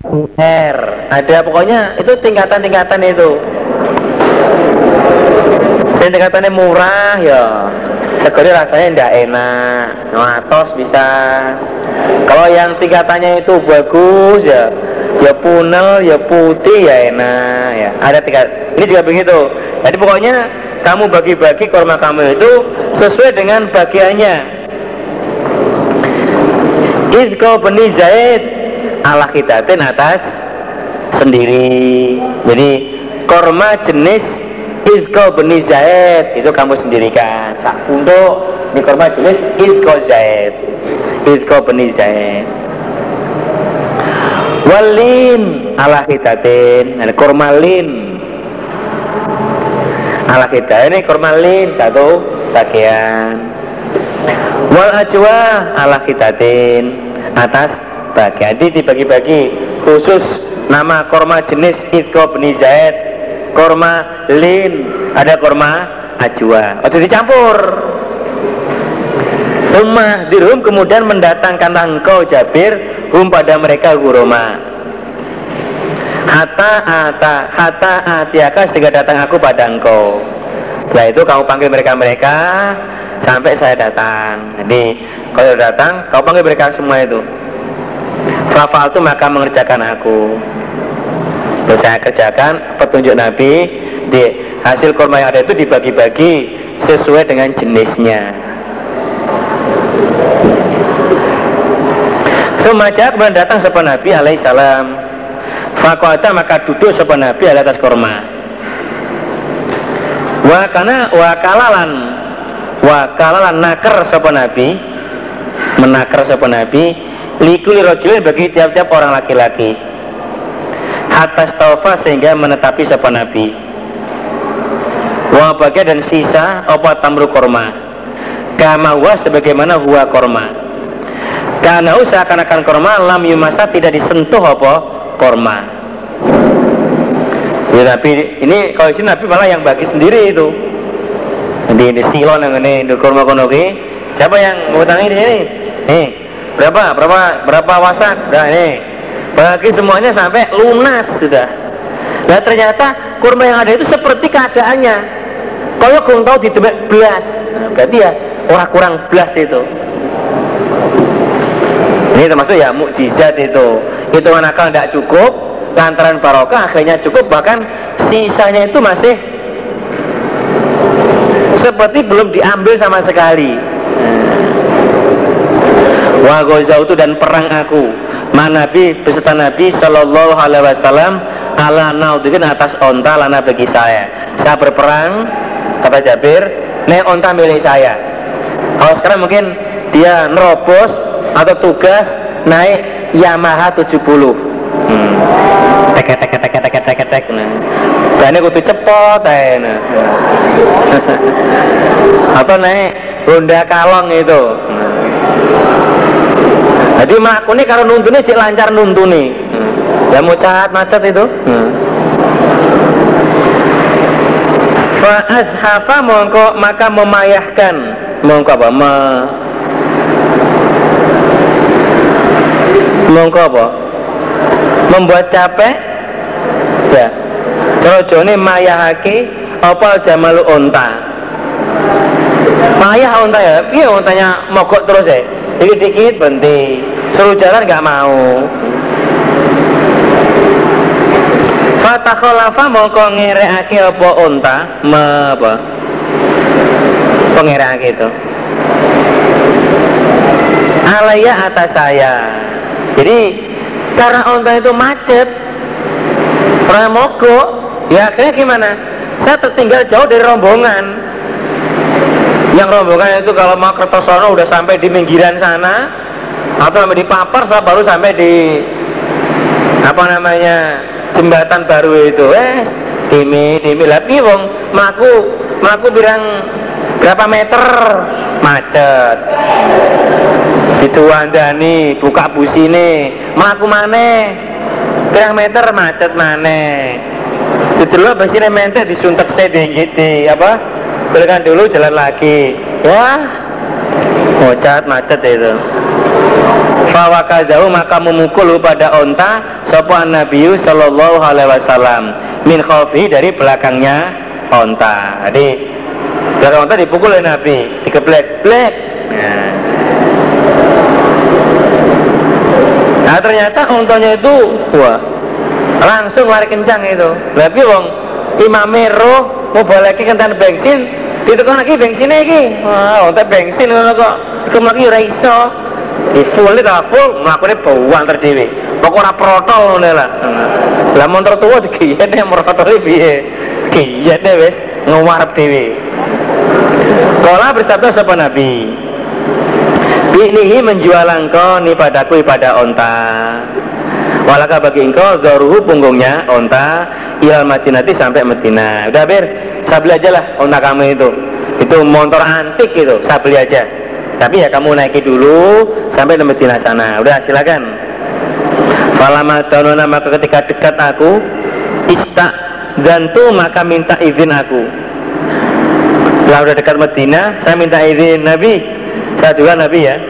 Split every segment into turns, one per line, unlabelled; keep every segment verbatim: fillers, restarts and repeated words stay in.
R, ada pokoknya itu tingkatan-tingkatan itu. Tingkatannya murah ya, segera rasanya tidak enak, ngatos bisa. Kalau yang tingkatannya itu bagus ya, ya punel, ya putih, ya enak ya. Ada tingkat. Ini juga begitu. Jadi pokoknya kamu bagi-bagi kurma kamu itu sesuai dengan bagiannya. Izko bani Zaid ala khitatin atas sendiri. Jadi kurma jenis Izko bani Zaid itu kamu sendirikan. Sak untuk ini kurma jenis Izko Zaid. Izko bani Zaid. Walin ala khitatin. Ada kurma lin. Ala kita ini kurma lin satu bagian. Wal ajwa ala khitatin atas bagian. Jadi dibagi-bagi khusus nama kurma jenis Izko bani Zaid, kurma lin, ada kurma ajwa. Ojo dicampur. Ummah dirhum kemudian mendatangkan engkau Jabir hum pada mereka guroma. Hatta ata hatta atiaka sehingga datang aku pada engkau. Setelah itu kamu panggil mereka-mereka sampai saya datang. Jadi kalau datang kau panggil mereka semua itu. Fafal itu maka mengerjakan aku. Terus saya kerjakan petunjuk Nabi. Di hasil kurma yang ada itu dibagi-bagi sesuai dengan jenisnya. Semajak kemudian datang sepan Nabi alaihissalam. Fakohata maka duduk sepan Nabi atas kurma. Wakana wakalalan wakalalan nakar sepan Nabi, menakar sepan Nabi likuli rojulin bagi tiap-tiap orang laki-laki. Atas taufa sehingga menetapi sepan Nabi. Wa bagian dan sisa apa tamru kurma. Kama huwa sebagaimana huwa kurma. Karena usahakan-akan kurma lam yumasa tidak disentuh apa kurma. Ya, Nabi ini kalau sini Nabi malah yang bagi sendiri itu. Di di silon yang ini di kurma konoki. Siapa yang mengutangi di sini? Nih, berapa? Berapa? Berapa wasak? Nah, ini. Bagi semuanya sampai lunas sudah. Nah, ternyata kurma yang ada itu seperti keadaannya. Kalau kau tahu di demek belas, berarti ya orang kurang belas itu. Ini termasuk ya mukjizat itu. Hitungan akal tidak cukup, lantaran barokah akhirnya cukup, bahkan sisanya itu masih seperti belum diambil sama sekali. Wa ghazautu dan perang aku, ma Nabi beserta Nabi sallallahu alaihi wasallam ala naudin atas onta lana bagi saya. Saya berperang, kata Jabir, nek onta milik saya. Kalau sekarang mungkin dia nerobos atau tugas naik Yamaha tujuh puluh. Hmm. Tek tek tek tek tek tek tek tek. Nah. Ini kudu cepot ae. Nah. Atau naik Honda Kalong itu. Nah. Jadi mlakune karo nuntune cek lancar nuntune. Hmm. Ya mau cahat macet itu. Hmm. Fa azhafa mongko maka memayahkan mongko apa? Me mongko apa? Membuat capek ya. Kalau jone mayahake apa jamalu onta. Mayah onta ya, piye ontanya mogok terus ya. Dikit-dikit berhenti. Suruh jalan enggak mau. Fatakhalafa mongko ngerekake apa onta, me apa? Pengerekake itu. Alaya atas saya. Jadi karena onta itu macet, pernah mogok, ya akhirnya gimana? Saya tertinggal jauh dari rombongan. Yang rombongan itu kalau mau Kertosono udah sampai di pinggiran sana, atau sampai di Papar, saya baru sampai di apa namanya jembatan baru itu. Eh, dimi dimi tapi wong melaku melaku birang berapa meter macet. Dituandani buka busine mlaku maneh pirang meter macet maneh ditelok busine mentek disuntek sedeng gitu apa belikan dulu jalan lagi wah ngocat macet itu Fawakazahu maka memukul pada onta sapa Nabi sallallahu alaihi wasallam min khawfi dari belakangnya onta. Jadi belakang onta dipukul oleh Nabi, dikeblek-blek. Nah. Nah ternyata ontanya itu wah langsung lari kencang itu. Tapi wong imame roh mau balik kentan bensin, ditekon lagi bensinnya lagi. Wah, onta bensin ngono kok. Iku mlaki ora iso. Di full ta full mlakune bawang terdhewe. Pokok ora protol ngono lah. Lah motor tuwa digiyene merotole piye? Giyene wis ngewarep dhewe. Kala bersabda sapa Nabi, "Binihi menjual engkau ni padaku pada onta. Walaka bagi engkau zaruhu punggungnya onta ilal Madinati sampai Madinah." Udah ber, saya beli aja lah onta kamu itu. Itu motor antik itu, saya beli aja. Tapi ya kamu naiki dulu sampai ke Madinah sana. Udah silakan. Falama tanona maka ketika dekat aku ista zantu maka minta izin aku. Setelah udah dekat Madinah, saya minta izin Nabi. Saya juga Nabi ya.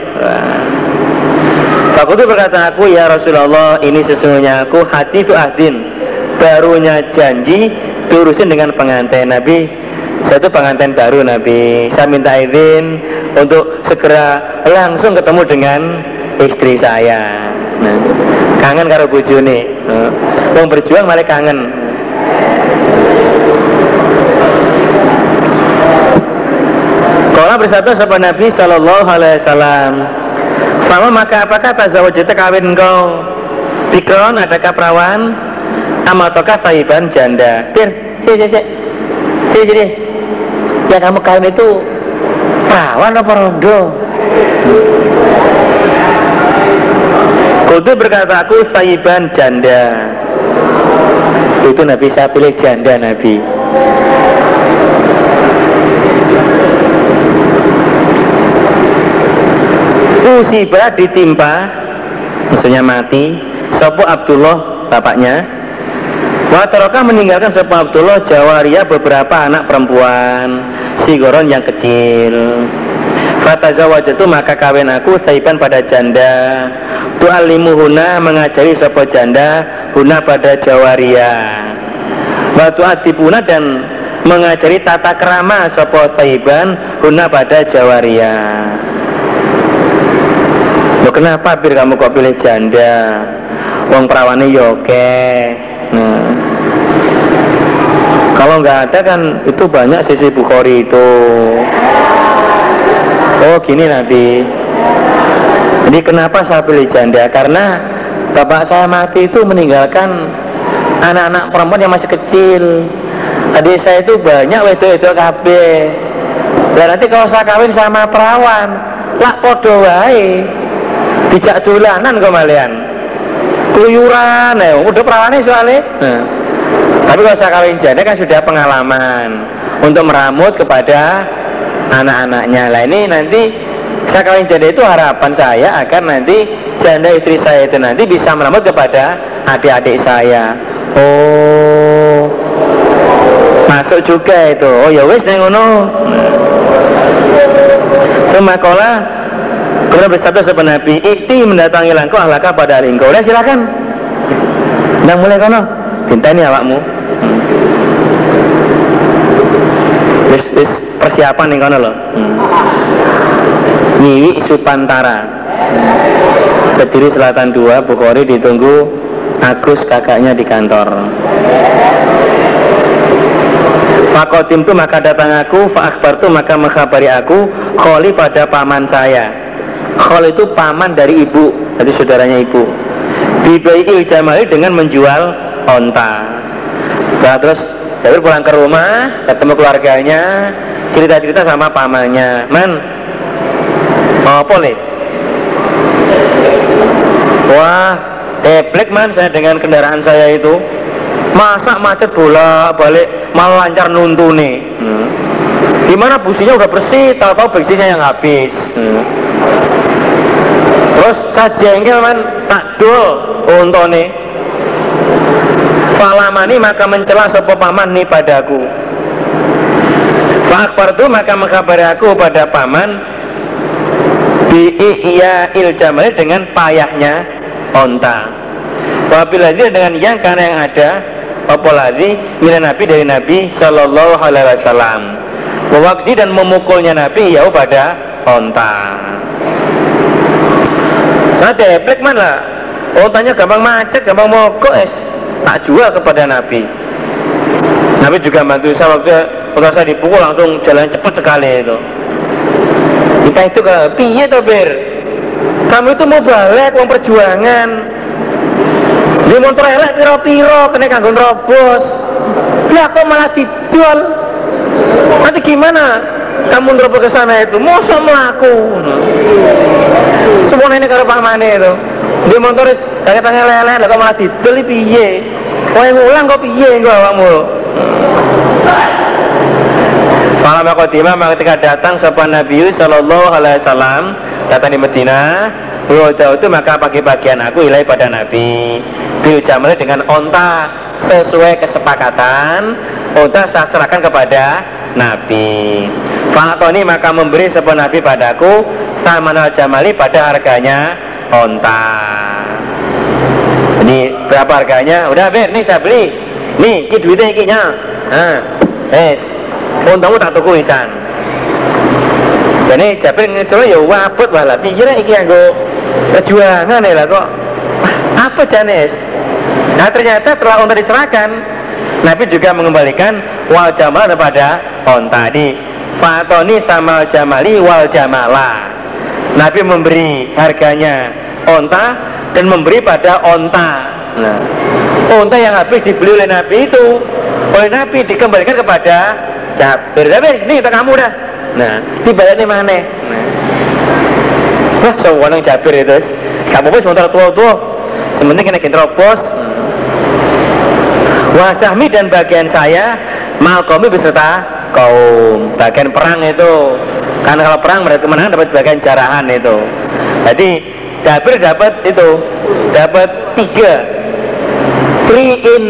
Aku tuh berkata aku ya Rasulullah, ini sesungguhnya aku hatifu ahdin, barunya janji diurusin dengan pengantin Nabi. Saya itu pengantin baru Nabi. Saya minta izin untuk segera langsung ketemu dengan istri saya. Nah, kangen karo bojone. Wong berjuang malah kangen. Kala bersabda sapa Nabi sallallahu alaihi wasallam, "Fama maka apakah tazawwajta kawin engkau? Bikron adakah perawan? Amatokah thaiban janda?" Bir, sini sini. Sini sini. Ya kamu kawin itu perawan apa rondo? Kudu berkata aku thaiban janda. Itu Nabi saya pilih janda Nabi. Musibah ditimpa, maksudnya mati. Sopo Abdullah bapaknya. Wataraka meninggalkan sopo Abdullah Jawaria beberapa anak perempuan, sigoron yang kecil. Fatazawajatu maka kawin aku saiban pada janda. Tu'allimuhuna mengajari sopo janda huna pada Jawaria. Watu adibuna dan mengajari tata kerama sopo saiban huna pada Jawaria. Loh kenapa Bir kamu kok pilih janda? Wong perawane yoke. Nah, kalau nggak ada kan itu banyak sisi Bukhari itu. Oh gini Nabi. Jadi kenapa saya pilih janda? Karena bapak saya mati itu meninggalkan anak-anak perempuan yang masih kecil. Adik saya itu banyak wedok-wedok kabeh. Dan nanti kalau saya kawin sama perawan, lak podo wae. Dijak dolanan kok malian keluyuran ya, udah perawannya soalnya. Nah, tapi kalau saya kawin janda kan sudah pengalaman untuk meramut kepada anak-anaknya. Lah ini nanti saya kawin janda itu harapan saya agar nanti janda istri saya itu nanti bisa meramut kepada adik-adik saya. Oh, masuk juga itu. Oh ya wes neng ngono. Semakola kemudian bersabda sapa Nabi, "Ikti mendatangi langkau ahlaka pada hari engkau." Udah silakan. Nang mulai kono, dinteni awakmu. Wis wis persiapan ning kono lho. Nyiwi Supantara. Kediri Selatan dua, Bukhari ditunggu Agus kakaknya di kantor. Fakotim tu maka datang aku, fa akhbartu maka mengkhabari aku, kholi pada paman saya. Khol itu paman dari ibu, jadi saudaranya ibu. Bibai'il jamali dengan menjual onta. Nah, terus Jabir pulang ke rumah, ketemu keluarganya, cerita-cerita sama pamannya. Man, apa nih? Wah, teplek man saya dengan kendaraan saya itu. Masa macet bola balik malah lancar nuntuni. Hmm. Gimana businya udah bersih, tahu-tahu bensinnya yang habis. Hmm. Terus saya jengkel man, tak dol untone. Falamani maka mencela sapa paman nih padaku. Fa akbartu maka mengkabari aku pada paman Bi'iya iljamali dengan payahnya onta. Wabiladzi dengan yang karena yang ada apalagi minan Nabi dari Nabi Sallallahu Alaihi Wasallam. Wawaksi dan memukulnya Nabi ya pada onta. Nah deplek mana? Ontanya gampang macet, gampang mogok es. Tak jual kepada Nabi. Nabi juga bantu saya waktu waktu saya dipukul langsung jalan cepat sekali itu. Kita itu kalau piye to Bir? Kamu itu mau balik uang perjuangan. Di motor elek piro-piro kena kanggo nerobos. Lah kok malah didol? Nanti gimana? Kamu nerobos ke sana itu? Mosok mlaku. Semua ini karo pamane itu. Di motor wis kaya tangan leleh lah kok malah didol iki piye? Kowe ngulang kok piye engko awakmu? Malam Qadimah ketika datang sahabat Nabi Sallallahu Alaihi Wasallam datang di Madinah, beliau itu maka pagi-pagian aku ilai pada Nabi bil jamal dengan onta sesuai kesepakatan, onta saya serahkan kepada Nabi. Fakoni maka memberi sahabat Nabi padaku samanal jamali pada harganya onta. Ini berapa harganya? Udah Bir, nih saya beli. Nih, ki duitnya iki nya. Nah, es. Untamu tak tuku isan. Jadi Jabir ngecolo ya wabut walah. Pikirnya iki anggo perjuangan ya lah kok. Apa janes? Nah ternyata setelah unta diserahkan, Nabi juga mengembalikan wal jamal kepada unta di Fatoni sama jamali wal jamala. Nabi memberi harganya unta dan memberi pada unta. Nah, unta yang habis dibeli oleh Nabi itu oleh Nabi dikembalikan kepada Jabir. Jabir, ini kita kamu dah. Nah, dibalik ini mana? Nah. Wah, seorang Jabir itu, kamu pun sementara tua-tua. Sementing kena terobos. Wasahmi dan bagian saya malkomi beserta kaum. Bagian perang itu, karena kalau perang berarti menang dapat bagian jarahan itu. Jadi Jabir dapat itu, dapat tiga, three in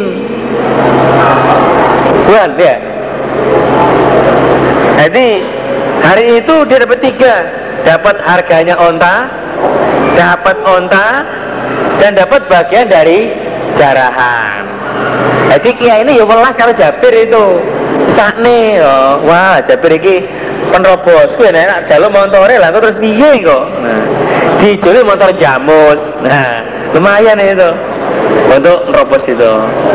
one ya. Jadi hari itu dia dapat tiga, dapat harganya onta, dapat onta, dan dapat bagian dari jarahan. Jadi kia ini ya welas kalau Jabir itu sakne yo. Wah Jabir iki penerobos, gue enak jalur montore lah, terus piye kok? Nah, dijuli motor jamus, nah lumayan itu untuk nerobos itu.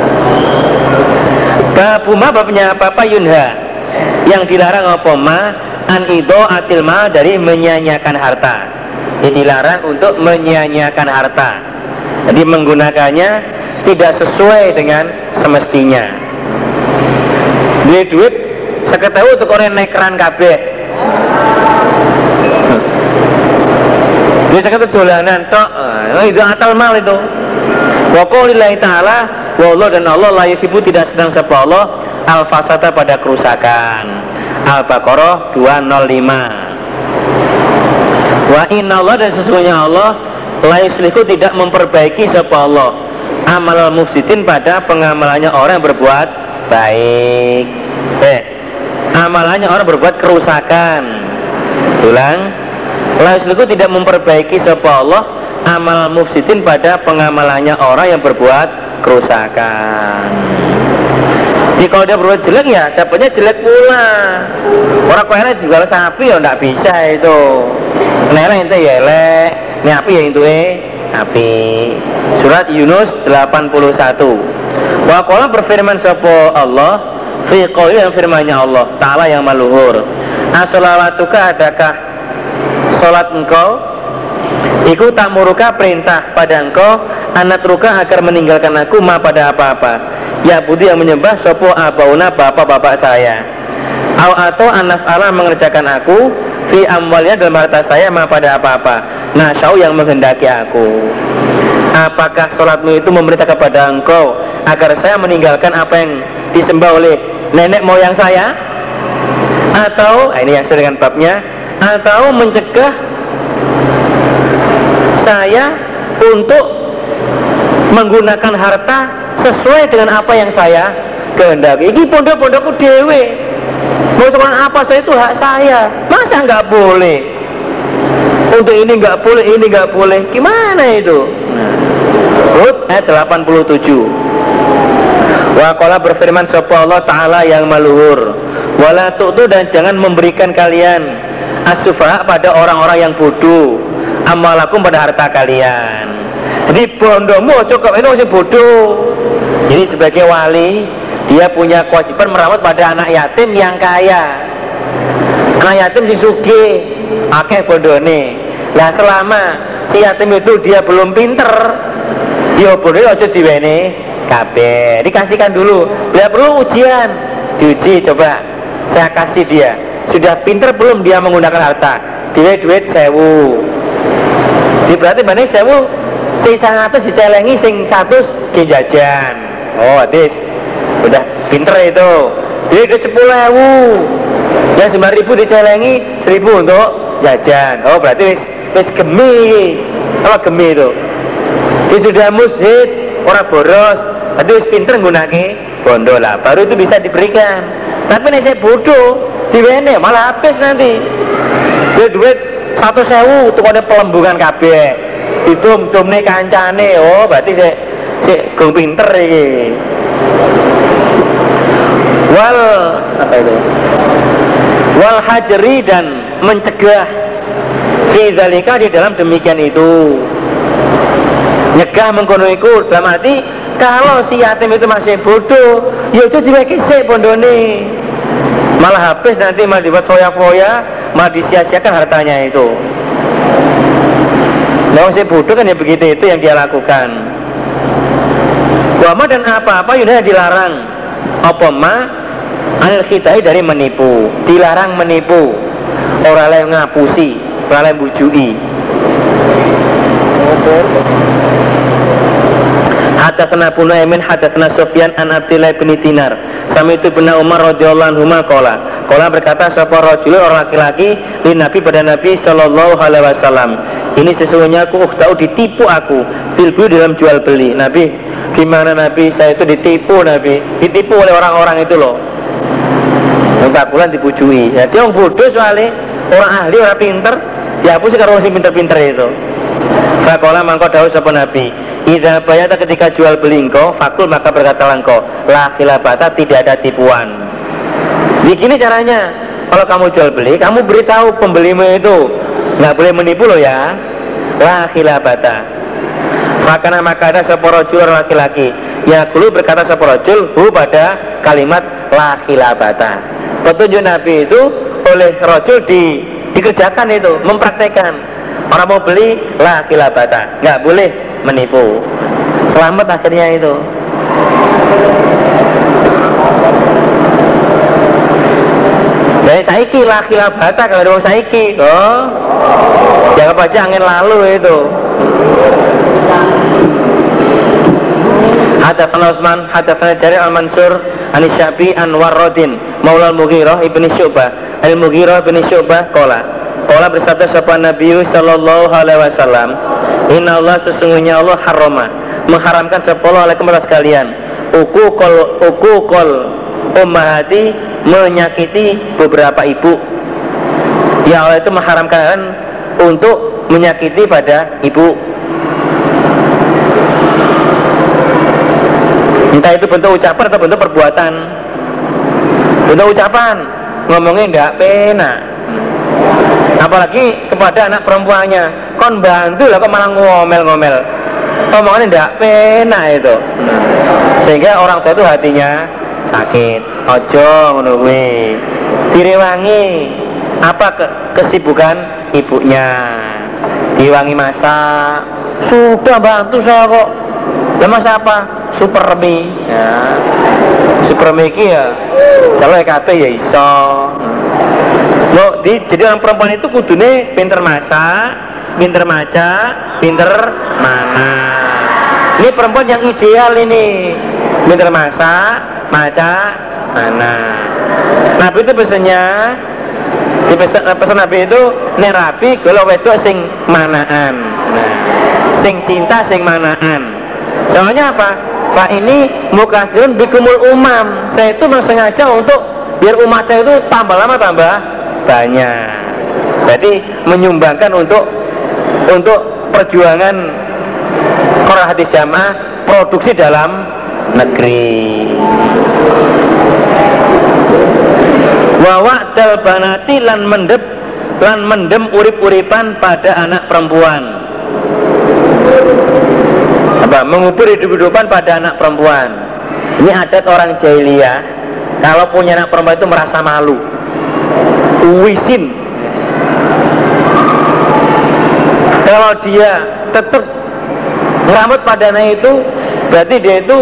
Babuma babnya apa Yunha yang dilarang apa ma an ido atilma dari menyanyiakan harta. Jadi dilarang untuk menyanyiakan harta. Jadi menggunakannya tidak sesuai dengan semestinya. Duit duit seketahui untuk orang naik keran kabeh. Dia seketat dolanan tok. Itu atal mal itu. Wa qaulillahi ta'ala wa Allah dan Allah la yuhibbu tidak sedang sapa Allah al-fasada pada kerusakan. Al-Baqarah dua nol lima. Wa inna Allah dan sesungguhnya Allah la yuslihu tidak memperbaiki sapa Allah amal mufsidin pada pengamalannya orang yang berbuat baik. Eh, amalannya orang berbuat kerusakan. Ulang, la yuslihu tidak memperbaiki sapa Allah amal mufsidin pada pengamalannya orang yang berbuat kerusakan. Jadi kalau dia berbuat jelek ya dapatnya jelek pula. Orang kaya jual sapi ya tidak bisa itu. Nela itu ya elek, ini api ya itu eh api. Surat Yunus delapan puluh satu. Wa qala berfirman sapa Allah fi qouli yang firman-Nya Allah Ta'ala yang maluhur. As-salawatuka adakah salat engkau? Iku tak muruka perintah pada engkau anatruka agar meninggalkan aku ma pada apa-apa. Ya budi yang menyembah sopo abauna bapak-bapak saya. Au atau anas Allah mengerjakan aku fi amwalnya dalam harta saya ma pada apa-apa. Nah syau yang menghendaki aku. Apakah sholatmu itu memerintah kepada engkau agar saya meninggalkan apa yang disembah oleh nenek moyang saya? Atau nah ini yang sesuai dengan babnya, atau mencegah saya untuk menggunakan harta sesuai dengan apa yang saya kehendaki. Ini pondok-pondokku dewe. Mau sekolah apa saya itu hak saya. Masa nggak boleh? untuk ini nggak boleh, ini nggak boleh, gimana itu? Hud ayat delapan puluh tujuh. Wa qala berfirman sapa Allah Ta'ala yang maluhur, wala tu'tu dan jangan memberikan kalian as-sufaha pada orang-orang yang bodoh amalakum pada harta kalian. Jadi bondomu cukup itu masih bodoh. Jadi sebagai wali dia punya kewajiban merawat pada anak yatim yang kaya. Anak yatim si sugih akeh bondone. Lah selama si yatim itu dia belum pinter, ya boleh aja diwene kabeh. Dikasihkan dulu. Bila perlu ujian, diuji coba. Saya kasih dia. Sudah pinter belum dia menggunakan harta? Duit duit sewu. Di berarti mana sewu? Sing seratus dicelengi, sing satu dijajan. Oh, hadis. Udah pinter itu. Duit duit sepuluh ribu. Yang sembilan ribu dicelengi, seribu untuk jajan. Oh, berarti wis wis gemi. Apa gemi itu? Dia sudah musyid, orang boros. Berarti wis pinter nggunake bondo lah. Baru itu bisa diberikan. Tapi nek saya bodoh, diwene malah habis nanti. Duit duit satu sewu untuk ada pelembungan kabeh. Itu tumne kancane. Oh, berarti saya saya gung pinter iki. Wal apa itu? Wal hajri dan mencegah fi zalika di dalam demikian itu. Nyegah mengkono iku dalam arti kalau si yatim itu masih bodoh, ya itu diweki sik bondone. Malah habis nanti malah dibuat foya-foya, malah disia-siakan hartanya itu. Nah, si bodoh kan ya begitu, itu yang dia lakukan. Wama dan apa-apa yudha dilarang. Apa ma anil khitai dari menipu, dilarang menipu. Orang lain ngapusi, orang lain bujui. Hadatsana Abu Nu'aimin hadatsana Sufyan an Abdillah bin Dinar sami itu bin Umar radhiyallahu anhu qala qala berkata sapa rajul orang laki-laki li Nabi pada Nabi sallallahu alaihi wasallam, ini sesungguhnya aku ukhtau ditipu aku fil dalam jual beli. Nabi, gimana Nabi? Saya itu ditipu Nabi, ditipu oleh orang-orang itu loh. Entah bulan dibujui. Ya dia orang bodoh soalnya, orang ahli, orang pinter, dihapus karo si pinter-pinter itu. Faqala mangko dawuh sapa Nabi, idza bayata ketika jual beli engkau, fakul maka berkatalah engkau, la khilafata tidak ada tipuan. Begini caranya, kalau kamu jual beli, kamu beritahu pembelimu itu, nggak boleh menipu loh ya. La khilafata. Maka maka ada seporo rajul laki-laki, ya dulu berkata seporo rajul hu pada kalimat la khilafata. Petunjuk Nabi itu oleh rajul di dikerjakan itu, mempraktekkan. Orang mau beli la khilafata, nggak boleh menipu. Selamat akhirnya itu. Dari saiki la khilafata kalau ada orang saiki, oh, jangan baca angin lalu itu. Hadatsana Utsman, hadatsana Jarir al-Mansur, Anis Syabi Anwar Rodin, Maula al-Mughirah ibni Syu'bah, al-Mughirah ibni Syu'bah qala. Qala bersabda sapa Nabi sallallahu alaihi wasallam, inna Allah sesungguhnya Allah harrama mengharamkan sepuluh alaikum atas kalian uququl uququl ummahati menyakiti beberapa ibu. Ya Allah itu mengharamkan untuk menyakiti pada ibu. Entah itu bentuk ucapan atau bentuk perbuatan. Bentuk ucapan ngomongnya enggak penak, apalagi kepada anak perempuannya, kon bantu lah kok malah ngomel-ngomel, omongannya enggak penak itu, sehingga orang tua itu hatinya sakit. Ojo ngono kuwi, direwangi apa ke kesibukan ibunya, diwangi masak, sudah bantu saya kok. Lah masak apa? Super mie ya. Super mie iki ya salah kate ya iso. Loh, di, jadi orang perempuan itu kudune pinter masak, pinter maca, pinter mana. Ini perempuan yang ideal ini, pinter masak, maca, mana. Nabi itu pesannya, di pesan, pesan Nabi itu nek rabi kalau wedok sing manaan. Nah, sing cinta sing manaan. Soalnya apa? Pak ini mukasirun bikumul umam. Saya itu sengaja untuk biar umat saya itu tambah lama tambah banyak. Jadi menyumbangkan untuk untuk perjuangan Qur'an hadis jamaah produksi dalam negeri. Wa wa'dal banati lan mendep lan mendem urip-uripan pada anak perempuan. Apa? Mengubur hidup-hidupan pada anak perempuan. Ini adat orang jahiliyah. Kalau punya anak perempuan itu merasa malu, wisin. Kalau dia tetap ngeramut pada anak itu, berarti dia itu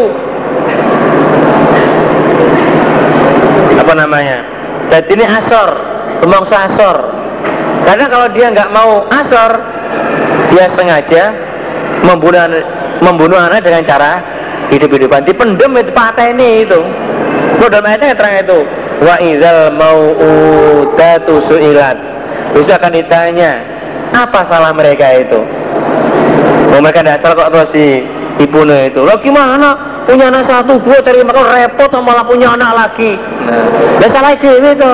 apa namanya? Jadi ini asor, pemangsa asor. Karena kalau dia nggak mau asor, dia sengaja membunuh membunuh anak dengan cara hidup-hidupan. Dipendem itu pateni itu. Kalau dalam ayatnya terang itu, wa idzal mau'udatu su'ilat. Bisa akan ditanya, apa salah mereka itu? Oh, mereka tidak salah kok terus si ibunya itu. Lo gimana? Punya anak satu, dua, cari makan repot, malah punya anak lagi. Nah, salah dewe itu.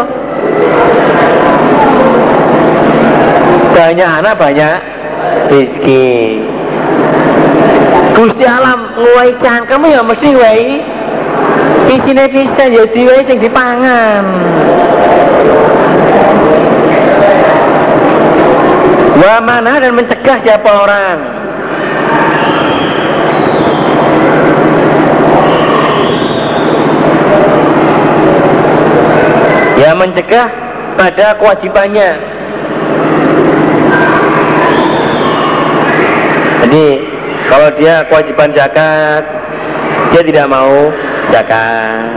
Banyak anak banyak rezeki. Gusti alam nguwai cangkem ya mesti nguwai isine bisa ya diwai sing dipangan. Wa mana dan mencegah siapa orang. Ya mencegah pada kewajibannya. Jadi kalau dia kewajiban zakat, dia tidak mau zakat.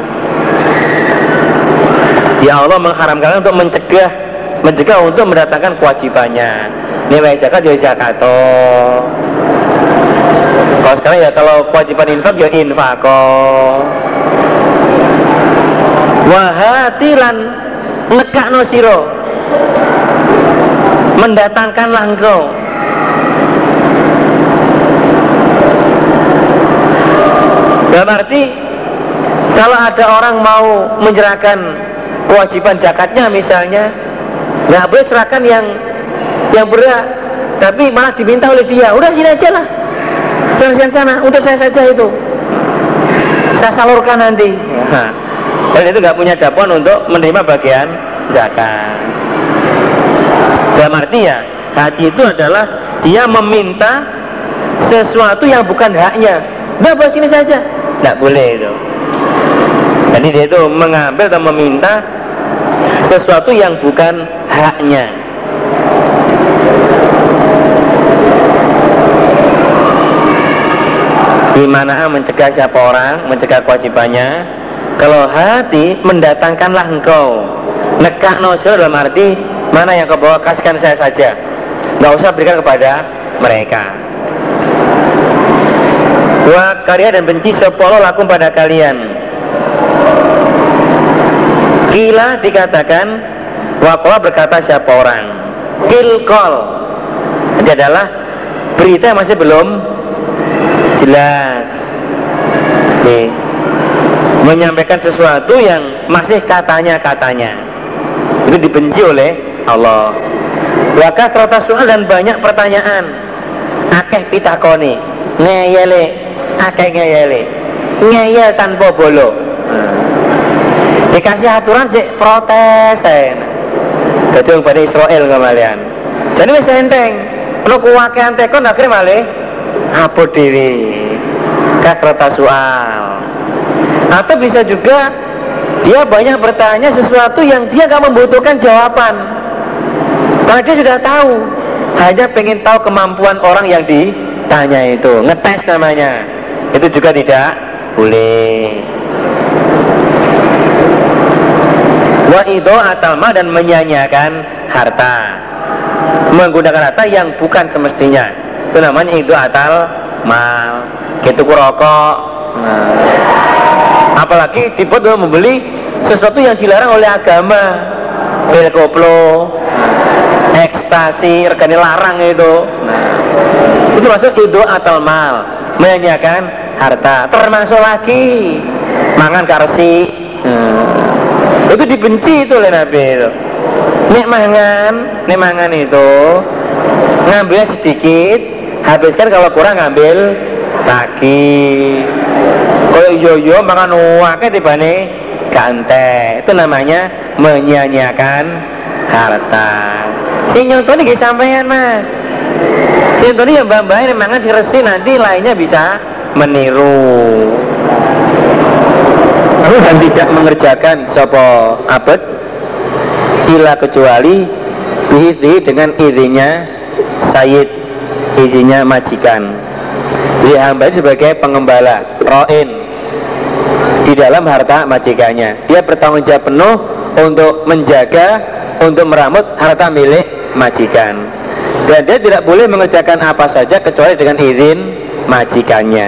Ya Allah mengharamkan untuk mencegah, mencegah untuk mendatangkan kewajibannya. Ini wajib zakat ya zakat. Kalau sekarang ya kalau kewajiban infak ya infak. Wahatilan ngekakno siro, mendatangkanlah engkau. Dalam arti kalau ada orang mau menyerahkan kewajiban zakatnya misalnya, nggak boleh serahkan yang yang berat, tapi malah diminta oleh dia, udah sini aja lah, jangan sana, untuk saya saja itu, saya salurkan nanti. Nah, dan itu nggak punya dapon untuk menerima bagian zakat. Dalam arti ya, hati itu adalah dia meminta sesuatu yang bukan haknya. Nggak boleh sini saja, nggak boleh itu. Jadi dia itu mengambil atau meminta sesuatu yang bukan haknya. Gimana mencegah siapa orang, mencegah kewajibannya? Kalau hati mendatangkanlah engkau. Nekak nosur dalam arti mana yang kau bawa kasihkan saya saja, nggak usah berikan kepada mereka. Wa karya dan benci sepolo lakum pada kalian. Kila dikatakan, wakola berkata siapa orang. Kilkol itu adalah berita yang masih belum jelas. Nih, menyampaikan sesuatu yang masih katanya-katanya, itu dibenci oleh Allah. Wakah serta soal dan banyak pertanyaan. Akeh pitakoni, ngeyele, akeh ngeyele, ngeyel tanpa bolo. Dikasih aturan sih protes saya. Kecuali pada Israel kemalian. Jadi masih enteng. Kalau kuwakian tekon akhirnya malih apa diri kakrota soal. Atau bisa juga dia banyak bertanya sesuatu yang dia gak membutuhkan jawaban, karena dia sudah tahu, hanya pengen tahu kemampuan orang yang ditanya itu, ngetes namanya. Itu juga tidak boleh. Wa idho atalma dan menyanyiakan harta, menggunakan harta yang bukan semestinya, itu namanya idho atal mal. Gitu rokok, nah, apalagi tipe untuk membeli sesuatu yang dilarang oleh agama, pil koplo, ekstasi, regane larang itu. Nah, itu masuk idho atal mal, menyanyiakan harta. Termasuk lagi mangan karsi. Nah, itu dibenci itu oleh Nabi itu. Nek mangan, nek mangan itu ngambilnya sedikit, habiskan, kalau kurang ngambil lagi. Kalau yo-yo makan uangnya tibane gante, itu namanya menyia-nyiakan harta. Sing nyontoni nggih sampean Mas, sing nyontoni ya mbak-mbak ini mangan si resi, nanti lainnya bisa meniru. Lalu dan tidak mengerjakan sopo abad ila kecuali diizinkan dengan izinnya sayyid, izinnya majikan. Jadi hamba sebagai pengembala, ro'in di dalam harta majikannya. Dia bertanggung jawab penuh untuk menjaga, untuk meramut harta milik majikan. Dan dia tidak boleh mengerjakan apa saja kecuali dengan izin majikannya.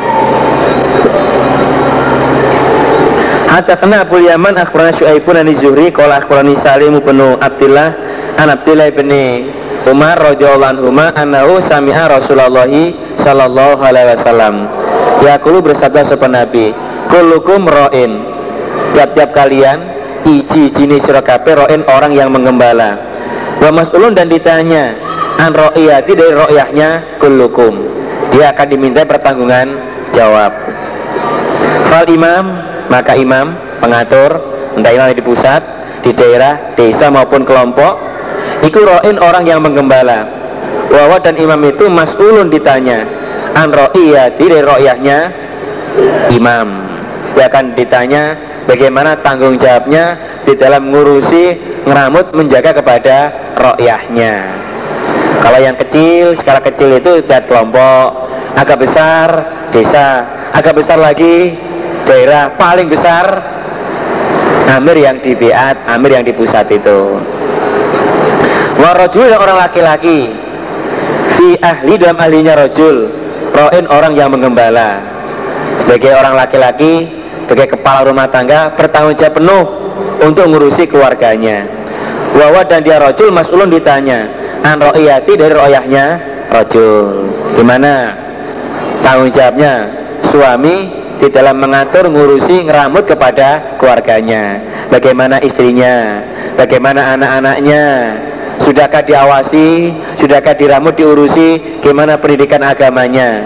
Hadatsana Abu Yaman akhbarana Syu'aibun an Zuhri qala akhbarani Salim bin Abdullah an Abdullah bin Umar radhiyallahu anhuma annahu sami'a Rasulullah sallallahu alaihi wasallam yaqulu, bersabda sapa Nabi, kullukum ra'in, tiap-tiap kalian iji-ijine sira kabeh ra'in, orang yang menggembala. Wa mas'ulun, dan ditanya an ra'iyati, dari ra'yahnya kullukum, dia akan diminta pertanggungan jawab. Fal imam, maka imam pengatur, entah imam di pusat, di daerah, desa maupun kelompok, iku ra'in, orang yang menggembala. Wawa, dan imam itu mas'ulun, ditanya an ra'iyati, dari ra'yahnya imam, dia akan ditanya bagaimana tanggung jawabnya di dalam ngurusi, ngeramut, menjaga kepada ra'yahnya. Kalau yang kecil, skala kecil itu dari kelompok, agak besar desa, agak besar lagi daerah, paling besar amir yang di biat, amir yang di pusat itu. Warajul, orang laki-laki, fi ahli, dalam ahlinya rajul, ra'in, orang yang menggembala. Sebagai orang laki-laki, sebagai kepala rumah tangga, bertanggung jawab penuh untuk ngurusi keluarganya. Wawa, dan dia rajul mas'ulun, ditanya an ra'iyati, dari ra'yahnya rajul. Gimana tanggung jawabnya suami di dalam mengatur, ngurusi, ngeramut kepada keluarganya? Bagaimana istrinya, bagaimana anak-anaknya, sudahkah diawasi, sudahkah diramut, diurusi, gimana pendidikan agamanya?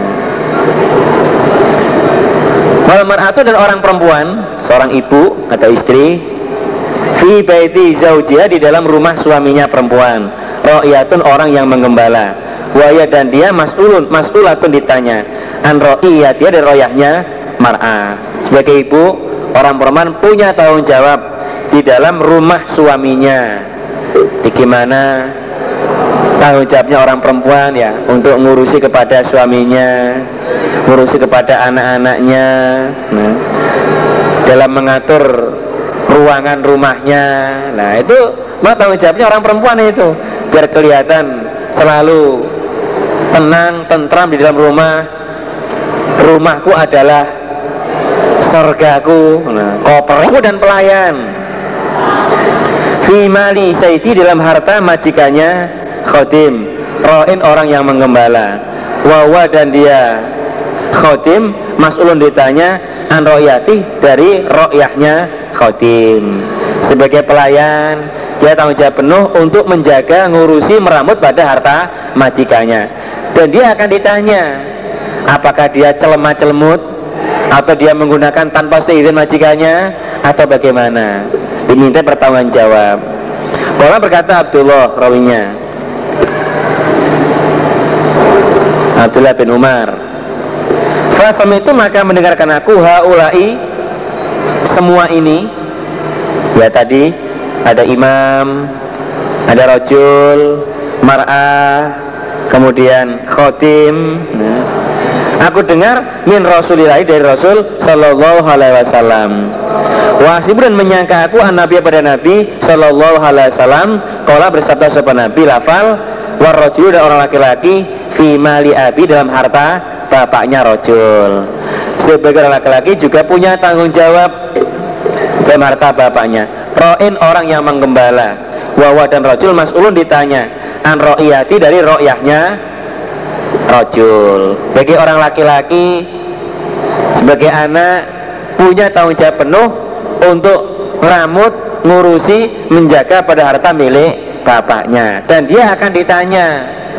Wal mar'atu, dan orang perempuan, seorang ibu atau istri, fi baiti zaujiha, di dalam rumah suaminya perempuan, ra'iyatun, orang yang menggembala. Waya, dan dia mas'ulun, mas'ulatun, ditanya an ra'iyat, dia dari ra'yahnya mar'ah. Sebagai ibu, orang perempuan punya tanggung jawab di dalam rumah suaminya. Bagaimana tanggung jawabnya orang perempuan ya, untuk ngurusi kepada suaminya, ngurusi kepada anak-anaknya, nah, dalam mengatur ruangan rumahnya. Nah itu mah tanggung jawabnya orang perempuan itu, biar kelihatan selalu tenang, tentram di dalam rumah. Rumahku adalah surgaku, nah, koperku dan pelayan. Fi mali sayyidi, dalam harta majikannya khodim, ra'in, orang yang menggembala. Wawa, dan dia khodim mas'ulun, ditanya an ra'yati, dari ra'yahnya khodim. Sebagai pelayan, dia tanggung jawab penuh untuk menjaga, ngurusi, meramut pada harta majikannya. Dan dia akan ditanya apakah dia celemah-celemut, atau dia menggunakan tanpa seizin majikannya, atau bagaimana. Diminta pertanggung jawab. Orang berkata Abdullah, rawinya Abdullah bin Umar, fasam itu, maka mendengarkan aku, haulai, semua ini, ya tadi ada imam, ada rajul, mar'ah, kemudian khotim. Nah, aku dengar min Rasulillah, dari Rasul sallallahu alaihi wasallam. Wahsib, dan menyangka aku an Nabi, pada Nabi sallallahu alaihi wasallam, qala, bersabda sapa Nabi, lafal war rajul, dan orang laki-laki, fi mali abi, dalam harta bapaknya rajul. Sebagai orang laki-laki juga punya tanggung jawab dalam harta bapaknya. Ra'in, orang yang menggembala. Wawa, dan rajul mas'ulun, ditanya an ra'iyati, dari ra'yahnya rajul. Bagi orang laki-laki, sebagai anak, punya tanggung jawab penuh untuk meramut, ngurusi, menjaga pada harta milik bapaknya. Dan dia akan ditanya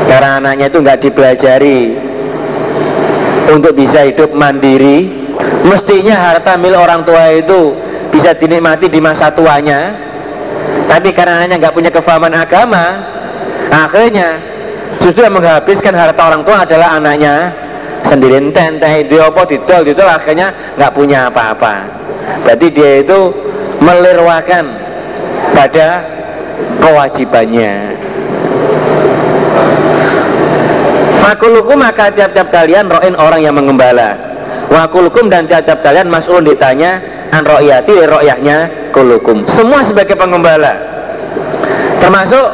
karena anaknya itu nggak dipelajari untuk bisa hidup mandiri. Mestinya harta milik orang tua itu bisa dinikmati di masa tuanya, tapi karena anaknya nggak punya kefahaman agama, akhirnya justru yang menghabiskan harta orang tua adalah anaknya sendiri. Entah itu apa didol itu akhirnya nggak punya apa-apa. Berarti dia itu melirwakan pada kewajibannya. Fakulukum, maka tiap-tiap kalian ro'in orang yang mengembala. Wakulukum, dan tiap-tiap kalian mas'ulun ditanya an ro'yati ro'yahnya kulukum. Semua sebagai pengembala, termasuk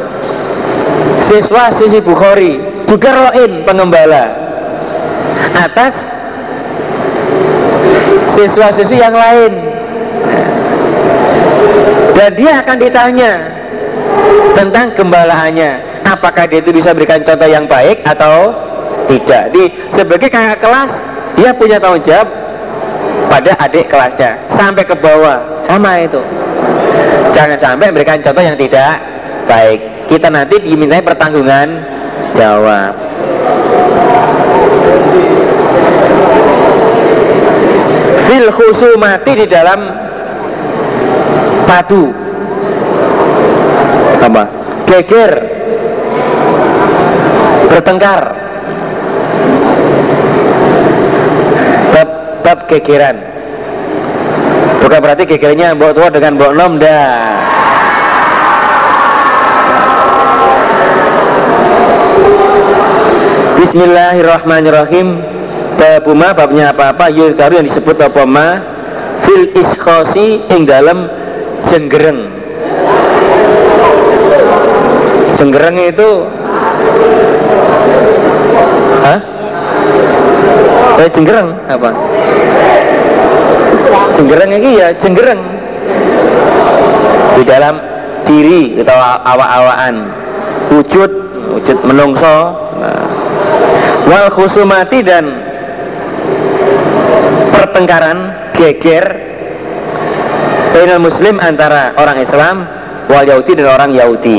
siswa sisi Bukhari juga ro'in pengembala atas siswa-siswi yang lain, dan dia akan ditanya tentang gembalaannya, apakah dia itu bisa berikan contoh yang baik atau tidak. Di sebagai kakak kelas, dia punya tanggung jawab pada adik kelasnya sampai ke bawah, sama itu. Jangan sampai berikan contoh yang tidak baik, kita nanti dimintai pertanggungan jawab. Fil khusumati, di dalam padu apa? Geger, bertengkar, bab, bab gegeran. Bukan berarti gegernya mbok tua dengan mbok nom dah. Bismillahirrahmanirrahim. Babuma, babnya apa-apa yudharu yang disebut apa ma fil iskhosi, ing dalam jenggereng. Jenggereng itu hah? Eh, jenggereng apa? Jenggereng ini ya jenggereng di dalam diri atau awak-awakan, wujud wujud menungso. Nah. Wal khusumati, dan pertengkaran, geger bainal muslim, antara orang Islam, wal Yahudi, dan orang Yahudi.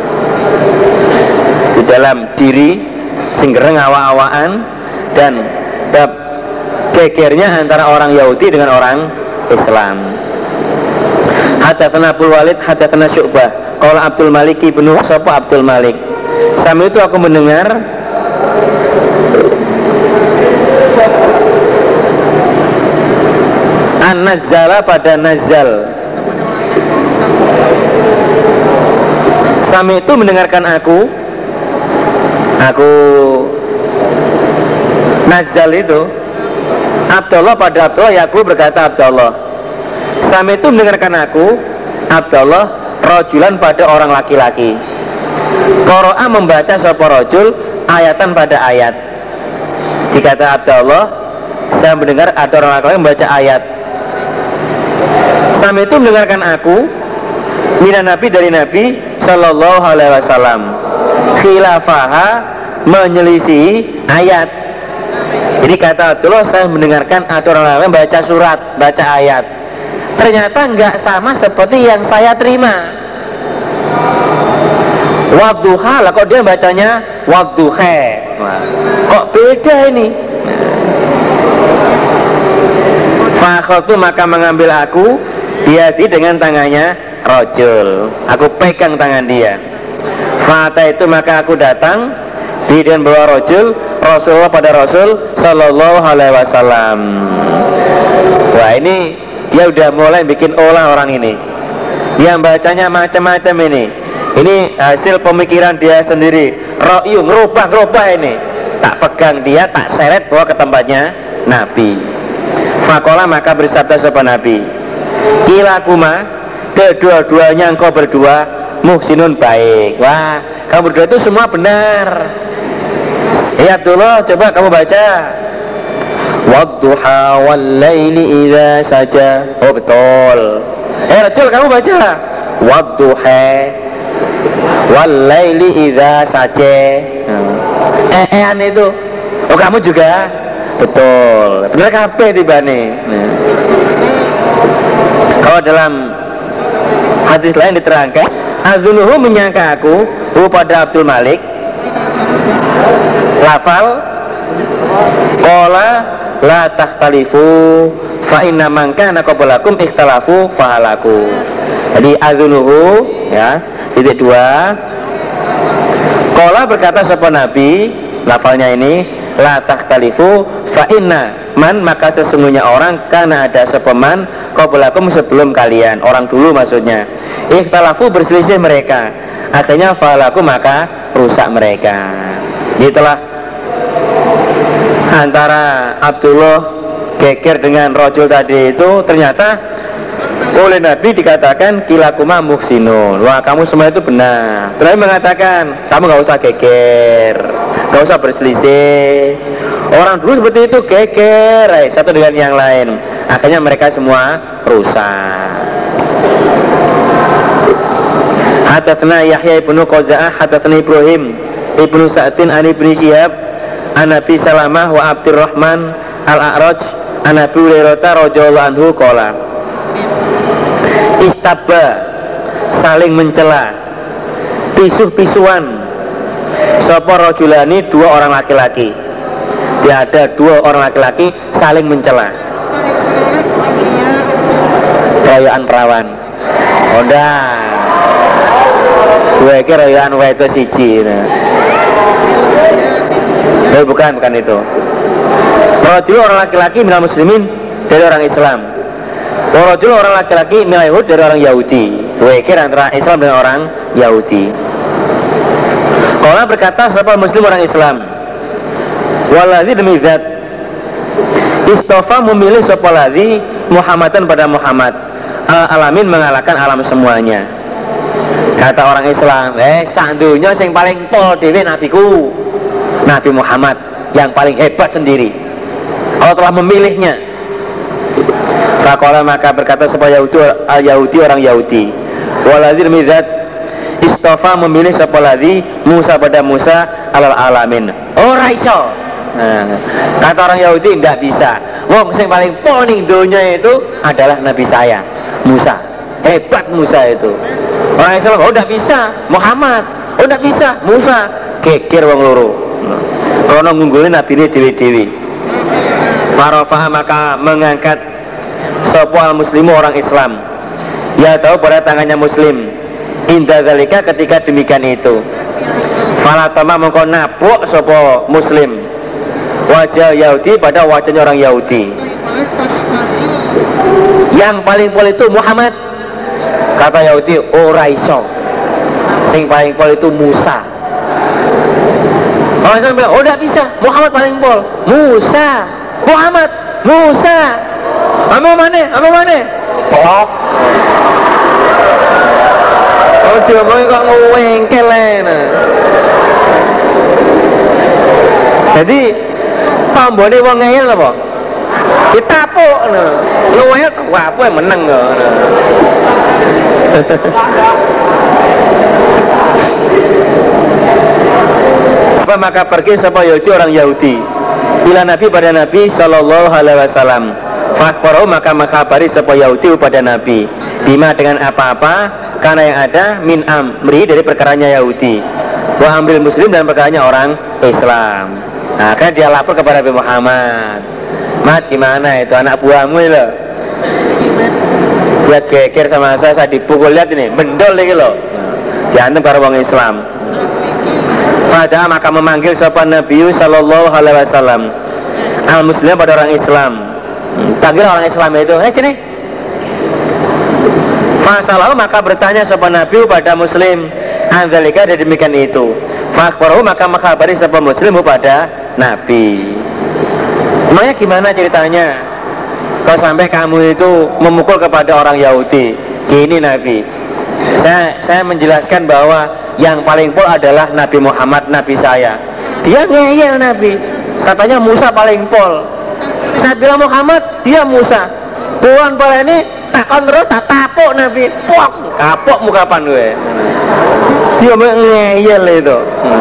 Di dalam diri jenggereng awak-awakan, dan bab gegernya antara orang Yahudi dengan orang Islam. Hadatsana Abdul Walid hadatsana Syu'bah qala Abdul Malik ibnu sapa Abdul Malik, sami itu aku mendengar an-nazzala, pada nazal. Sami itu mendengarkan aku Aku nazal itu Abdullah, pada Abdullah Yakub berkata Abdullah. Sami itu mendengarkan aku Abdullah rojulan, pada orang laki-laki. Qara'a, membaca sapa rojul ayatan, pada ayat. Dikata Abdullah, saya mendengar ada orang laki-laki membaca ayat. Sami itu mendengarkan aku minan Nabi, dari Nabi Sallallahu Alaihi Wasallam, khilafaha, menyelisihi ayat. Jadi kata Abdullah, saya mendengarkan ada orang lain baca surat, baca ayat, ternyata nggak sama seperti yang saya terima. Wadduha, lah kok dia bacanya wadduha, kok beda ini. Fakhatu, maka mengambil aku biadi, dengan tangannya rojul, aku pegang tangan dia. Fata itu, maka aku datang di dan bawa rojul Rasulullah, pada Rasul Sallallahu Alaihi Wasallam. Wah, ini dia udah mulai bikin olah orang ini, yang bacanya macam-macam ini. Ini hasil pemikiran dia sendiri, ro'yu, ngerubah-ngerubah ini. Tak pegang dia, tak seret bawa ke tempatnya Nabi. Fakola, maka bersabda sapa Nabi, kilakuma, kedua-duanya engkau berdua muhsinun, baik. Wah, kamu berdua itu semua benar. Ya Abdullah, coba kamu baca wadduha wal laili idza saja. Oh betul. Eh Rajul, kamu baca wadduha wal laili idza saja. Eh eh itu. Oh kamu juga betul. Benar kabeh tibane. Nah. Kalau dalam hadis lain diterangkan, azunuhu, menyangka aku, hu pada Abdul Malik, lafal qala la takhtalifu fa inna man kana qablakum ikhtalafu fahalaku. Jadi azunuhu ya, titik dua. Qala berkata sapa nabi, lafalnya ini la takhtalifu fa inna man, maka sesungguhnya orang kana ada sapa man qablakum sebelum kalian, orang dulu maksudnya. Ikhtalafu berselisih mereka, akhirnya fahalaku maka rusak mereka. Itulah antara Abdullah geger dengan rojul tadi itu, ternyata oleh Nabi dikatakan kilakuma muhsinun, wah kamu semua itu benar. Terus mengatakan kamu gak usah geger, gak usah berselisih. Orang dulu seperti itu geger eh, satu dengan yang lain, akhirnya mereka semua rusak. Hadatsana Yahya ibnu Qaza'ah hadatsana Ibrahim ibnu Sa'din an ibni Syihab an Abi Salamah wa Abdurrahman al-A'raj an Abi Hurairah radhiyallahu anhu qala istabba, saling mencela, pisuh-pisuan sapa rajulani, dua orang laki-laki. Dia ada dua orang laki-laki saling mencela. Royokan perawan. Udah. Gue kira royokan wedo siji. Nah. Eh, bukan, bukan itu. Rajul orang laki-laki minal muslimin, dari orang Islam. Rajul orang laki-laki minal Yahud, dari orang Yahudi. Gue kira antara Islam dan orang Yahudi. Kalau berkata siapa muslim orang Islam, waladzi demi zat istofa memilih siapa ladzi Muhammadan pada Muhammad al-alamin mengalahkan alam semuanya. Kata orang Islam, eh sandunya yang paling pol dewe nabiku, Nabi Muhammad yang paling hebat sendiri. Allah telah memilihnya. Faqala maka berkata supaya Yahudi, Yahudi orang Yahudi, waladzi demi zat istofa memilih siapa ladzi Musa pada Musa alal alamin. Oh raiso. Nah, kata orang Yahudi tidak bisa. Wong yang paling pol ning dunia itu adalah Nabi saya, Musa. Hebat Musa itu. Orang Islam, oh tidak bisa Muhammad, oh tidak bisa Musa. Geger wong loro. Karena ngunggulin Nabi ini dewi-dewi. Marofah maka mengangkat sopal muslimu orang Islam. Ya tahu pada tangannya muslim. Indah zalika ketika demikian itu. Falatama mengko napuk sopo muslim wajah Yahudi pada wajahnya orang Yahudi. Yang paling pol itu Muhammad. Kata Yahudi, ora iso. Sing paling pol itu Musa. Orang Islam bilang, oh tidak bisa, Muhammad paling pol. Musa, Muhammad, Musa. Amo mana? Amo mana? Pok. Oh dia mau kok ngewengkel nah. Jadi tombone wong ngeyel apa? Ditapuk nah. Luwih wah apa yang menang nah. Apa maka pergi sapa Yahudi orang Yahudi bila Nabi pada Nabi sallallahu alaihi wasallam. Fakfaro maka mengkhabari sapa Yahudi pada Nabi bima dengan apa-apa karena yang ada min amri dari perkaranya Yahudi wa amril muslim dan perkaranya orang Islam. Nah kan dia lapor kepada Nabi Muhammad, Mat gimana itu anak buahmu loh, lihat geger sama saya, saya dipukul, lihat ini mendol lagi loh, diantem para orang Islam. Pada maka memanggil sapa Nabi sallallahu alaihi wasallam al muslim pada orang Islam. Panggil orang Islam itu, eh sini. Masalah maka bertanya sapa Nabi pada Muslim, anzalika dari demikian itu. Fakbaru maka mengkhabari sapa Muslim pada Nabi. Emangnya gimana ceritanya? Kau sampai kamu itu memukul kepada orang Yahudi. Gini Nabi, saya saya menjelaskan bahwa yang paling pol adalah Nabi Muhammad, Nabi saya. Dia ngeyel Nabi, katanya Musa paling pol. Saya bilang Muhammad, dia Musa. Tuhan pol ini takon terus tak tapuk Nabi, pok kapok muka pan gue. Dia ngeyel itu.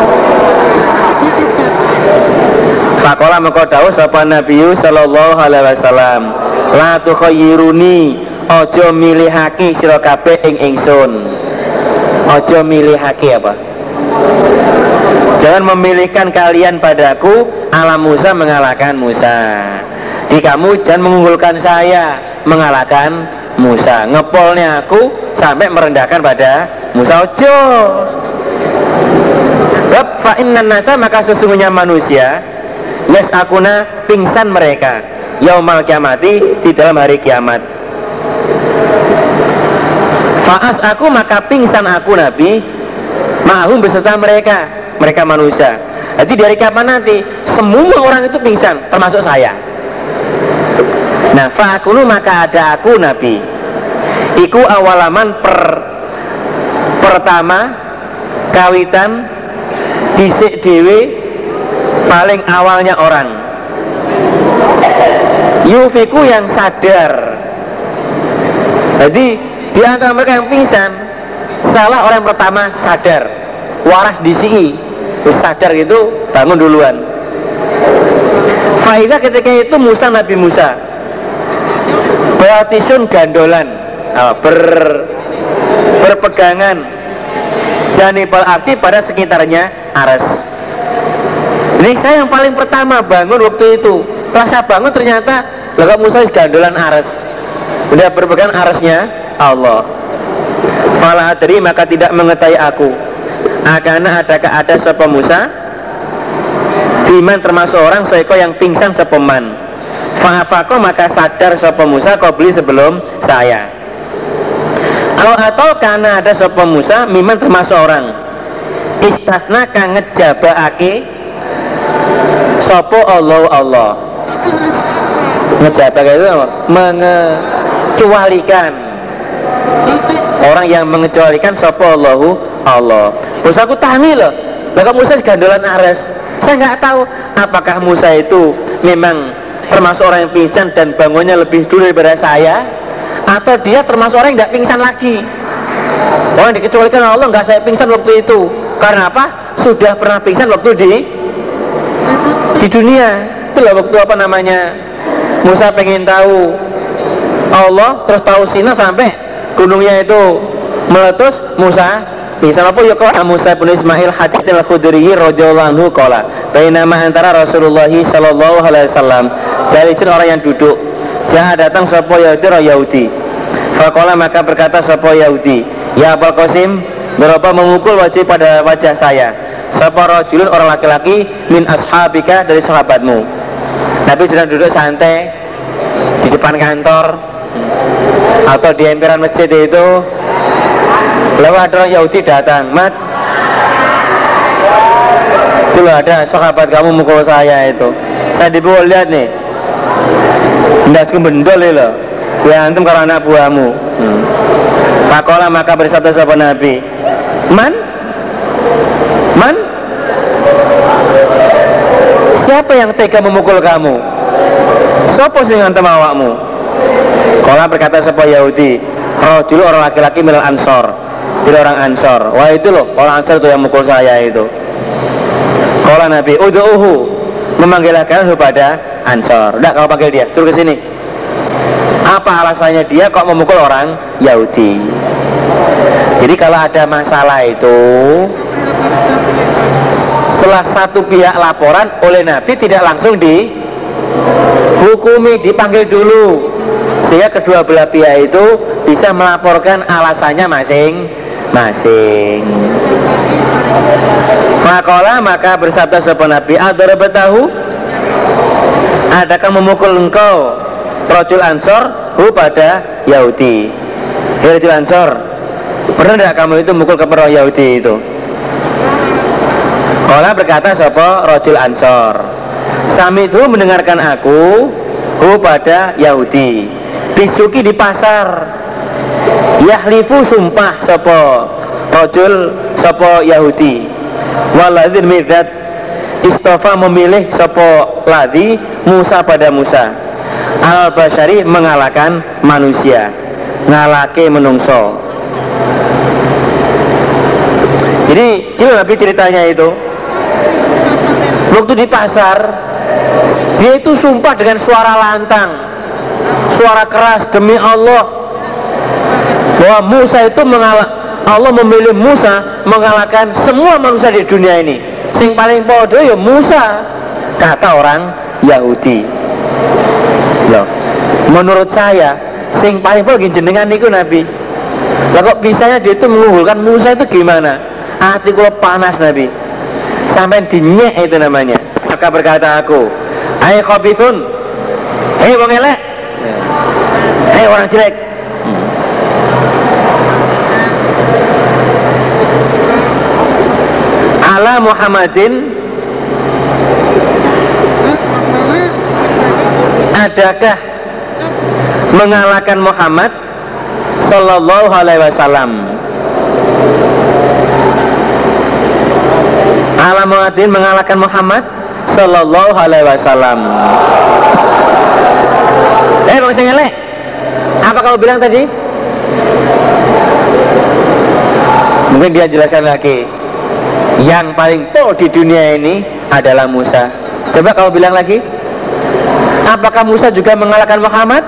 Fakola mengko dawuh sapa Nabi sallallahu alaihi wasallam, la tukhayyiruni, aja milihake sira kabeh ing ingsun. Aja milihake apa? Jangan memilihkan kalian padaku ala Musa mengalahkan Musa. Di kamu jangan mengunggulkan saya mengalahkan Musa. Ngepolnya aku sampai merendahkan pada Musa. Ojo. Bab fa innan nasa, maka sesungguhnya manusia yas'akuna, pingsan mereka yaumal kiamati, di dalam hari kiamat. Fa'as aku, maka pingsan aku Nabi ma'hum, beserta mereka, mereka manusia. Jadi dari kapan nanti semua orang itu pingsan termasuk saya. Nah fa'akunu, maka ada aku Nabi iku awalaman per pertama kawitan disik dewe paling awalnya orang yufiku, yang sadar. Jadi di antara mereka yang pingsan, salah orang yang pertama sadar, waras disi, sadar gitu, bangun duluan. Faidah ketika itu Musa, Nabi Musa batisun gandolan, oh, ber, berpegangan janibal arsi, pada sekitarnya aras. Jadi saya yang paling pertama bangun waktu itu. Pas saya bangun ternyata laga Musa gandolan aras, udah berpegang arasnya Allah. Fala adri, maka tidak mengetahui aku akana adakah ada sapa Musa biman, termasuk orang seko yang pingsan sepeman. Fa'afako, maka sadar sapa Musa qabli, sebelum saya. Atau atau karena ada sapa Musa miman, termasuk orang istasna kang ngejabaake sapa Allah Allah. Ngejabake itu mengecualikan, orang yang mengecualikan sapa Allahu Allah. Terus aku tani loh, lah Musa gandolan ares. Saya nggak tahu apakah Musa itu memang termasuk orang yang pingsan dan bangunnya lebih dulu daripada saya, atau dia termasuk orang yang nggak pingsan lagi. Orang dikecualikan Allah, nggak saya pingsan waktu itu. Karena apa? Sudah pernah pingsan waktu di di dunia. Itulah waktu apa namanya, Musa pengen tahu Allah, terus tahu Sina sampai gunungnya itu meletus, Musa pingsan. Apa ya kau Musa bin Ismail hadits al-Khudri radhiyallahu anhu qala bainama antara Rasulullah sallallahu alaihi wasallam, dari orang yang duduk, jangan datang sapa Yahudi Yahudi. Faqala, maka berkata sapa Yahudi, ya Abul Qasim, berapa memukul wajah pada wajah saya sapa rajulun, orang laki-laki min ashabika, dari sahabatmu. Nabi sedang duduk santai di depan kantor atau di emperan masjid itu, lewat orang Yahudi datang, mat, itu loh ada sahabat kamu mukul saya itu. Saya dibawa lihat nih, ndasku bendol itu loh, ya antum kalau anak buahmu. hmm. Pakola, maka bersabda sahabat Nabi, man, man, siapa yang tega memukul kamu? Sopo sing ngantem awakmu? Kola, berkata sahabat Yahudi, oh dulu orang laki-laki milal Ansor, jadi orang Ansor. Wah itu loh orang Ansor itu yang mukul saya itu. Kola Nabi, ud'uhu, memanggillah kalian kepada Ansor. Udah, kalau panggil dia, suruh ke sini. Apa alasannya dia kok memukul orang Yahudi? Jadi kalau ada masalah itu, setelah satu pihak laporan oleh Nabi, tidak langsung dihukumi, dipanggil dulu, sehingga kedua belah pihak itu bisa melaporkan alasannya masing-masing. Makola, maka bersabda sahabat Nabi, adarabatahu, adakah memukul engkau rajul Ansor hu pada Yahudi? Hei rajul Ansor, pernah tidak kamu itu mukul kepada Yahudi itu? Kola, berkata sahabat rajul Ansor, sami itu mendengarkan aku hu pada Yahudi bisuki, di pasar, yahlifu, sumpah sopo rojul sopo Yahudi, waladhin midat istofa, memilih sopo ladhi Musa pada Musa, al-Bashari, mengalahkan manusia, ngalake menungso. Jadi ini Nabi ceritanya itu, waktu di pasar dia itu sumpah dengan suara lantang, suara keras, demi Allah, bahwa Musa itu mengalah, Allah memilih Musa mengalahkan semua manusia di dunia ini. sing paling podo ya Musa, kata orang Yahudi. Loh, menurut saya sing paling podo jenengan niku Nabi. Lah kok bisanya dia itu mengunggulkan Musa itu gimana? Hati kula panas Nabi, sampai dinyek itu namanya. Maka berkata aku, hai khabithun, hei wong elek, hei orang jelek, ala Muhammadin, adakah mengalahkan Muhammad sallallahu alaihi wasallam? Ala Muhammadin, mengalahkan Muhammad sallallahu alaihi wasallam. Eh bang Sengele, apa kamu bilang tadi? Mungkin dia jelaskan lagi. Yang paling po di dunia ini adalah Musa. Coba kamu bilang lagi. Apakah Musa juga mengalahkan Muhammad?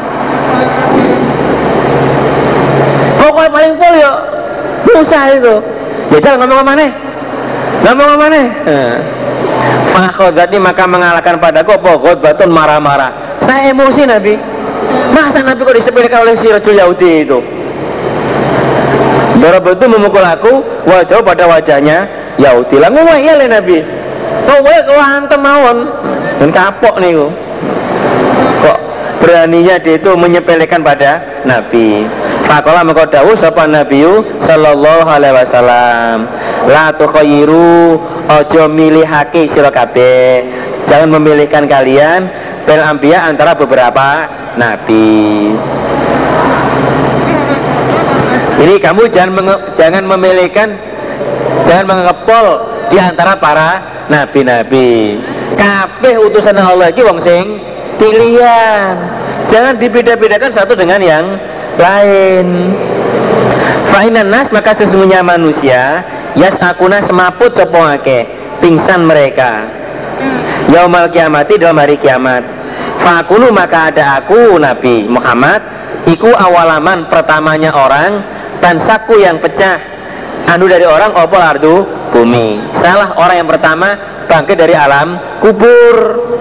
Pokoknya paling po ya Musa itu. Ya jangan ngomong mana? Ngomong mana? Fakhodati, maka mengalahkan padaku pokok batun marah-marah. Saya emosi Nabi. Masa Nabi kok disepelekan oleh si Rajul Yahudi itu? Darab itu memukul aku, wajah pada wajahnya Yahudi. Lah ngomong iya le Nabi. Kok wae kau hantem mawon. Dan kapok nih kok. Kok beraninya dia itu menyepelekan pada Nabi. Fakola mengko dawuh sapa Nabiyu sallallahu alaihi wasallam, la tukhayyiru, ojo milihake sira kabeh, jangan memilihkan kalian bil anbiya antara beberapa nabi. Jadi kamu jangan menge- jangan memilihkan, jangan mengepol di antara para nabi-nabi. Kabeh utusan Allah iki wong sing pilihan. Jangan dibeda-bedakan satu dengan yang lain. Fa'inan nas, maka sesungguhnya manusia yas'akuna semaput sapa akeh, pingsan mereka yaumal kiamati, dalam hari kiamat. Fa'akunu, maka ada aku Nabi Muhammad iku awalaman, pertamanya orang, tansaku yang pecah anu dari orang opol ardu bumi. Salah orang yang pertama bangkit dari alam kubur.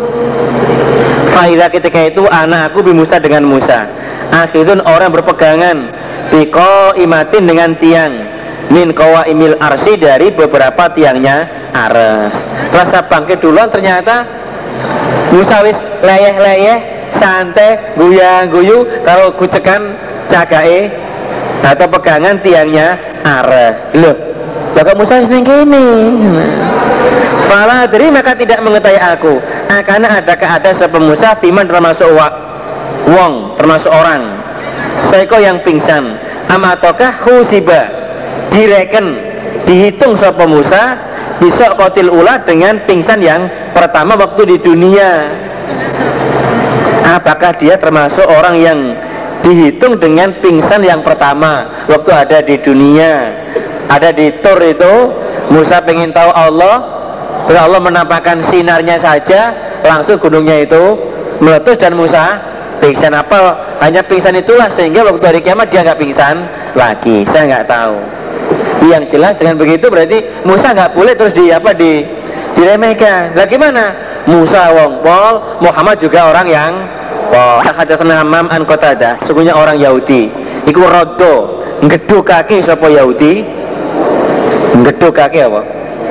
Fa'idha, ketika itu anak aku bi Musa, dengan Musa, akhirun orang berpegangan, biko imatin, dengan tiang, min kawa imil arsi, dari beberapa tiangnya ares. Rasa bangkit duluan, ternyata Musa wis leyeh-leyeh, santai, guyang-guyu, kalau kucekan cagae atau pegangan tiangnya ares. Loh, Bapak Musa seneng gini. Fala adri, maka tidak mengetahui aku, karena adakah ada sebab Musa fiman, termasuk wa, wong, termasuk orang, Saiko yang pingsan, amatokah khusiba, direken, dihitung sapa Musa bisa kotil ula, dengan pingsan yang pertama waktu di dunia. Apakah dia termasuk orang yang dihitung dengan pingsan yang pertama waktu ada di dunia? Ada di Tur itu, Musa pengen tahu Allah, terus Allah menampakkan sinarnya saja, langsung gunungnya itu meletus dan Musa pingsan. Apa hanya pingsan itulah sehingga waktu hari kiamat dia nggak pingsan lagi? Saya nggak tahu. Yang jelas dengan begitu berarti Musa nggak boleh terus di apa di diremehkan. Lah gimana? Musa wong pol, Muhammad juga orang yang pol. Hadatsana Imam an Qatadah, sesungguhnya orang Yahudi iku rodo ngeduk kaki sapa Yahudi. Ngeduk kaki apa?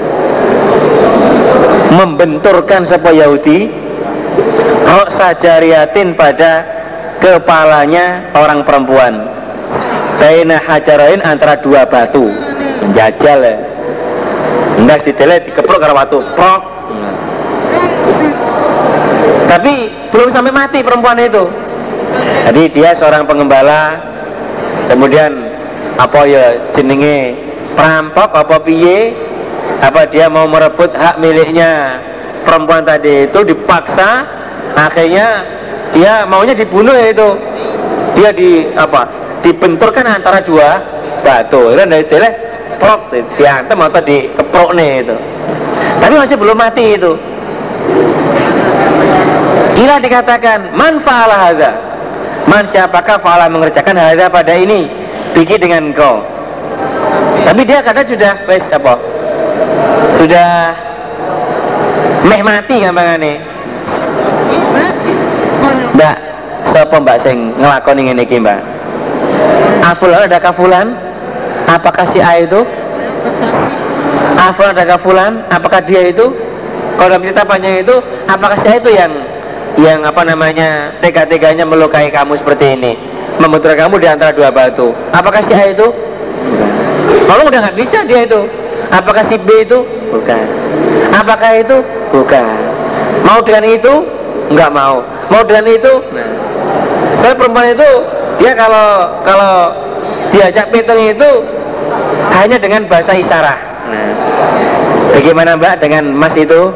Membenturkan sapa Yahudi rok sajariatin, pada kepalanya orang perempuan, baina hajarain, antara dua batu. Menjajal ya, enggak ditelet dikeprok karo batu prok. Tapi belum sampai mati perempuan itu. Jadi dia seorang pengembala, kemudian apa ya jenenge, perampok apa piye, apa dia mau merebut hak miliknya perempuan tadi itu, dipaksa, akhirnya dia maunya dibunuh ya itu. Dia di apa? Dibenturkan antara dua batu. Kan dari tele prok diantem atau dikeprok nih itu. Tapi masih belum mati itu. Kira dikatakan man fa'ala hadza. Man, siapakah fa'ala mengerjakan hadza pada ini? Biki dengan engkau. Tapi dia kata sudah wes apa? sudah meh mati gampangane. Mbak, sapa mbak sing ngelakoni ngene iki, Mbak? Afulan ada kafulan? Apakah si A itu? Afulan ada kafulan? Apakah dia itu? Kalau dalam cerita panjang itu, apakah si A itu yang yang apa namanya tega-teganya melukai kamu seperti ini, membenturkan kamu di antara dua batu? Apakah si A itu? Kalau udah nggak bisa dia itu. Apakah si B itu? Bukan. Apakah itu? Bukan. Mau dengan itu? Nggak mau. Mau dengan itu? Nah, saya perempuan itu dia kalau kalau diajak meeting itu hanya dengan bahasa isyarat. Nah, bagaimana Mbak dengan Mas itu?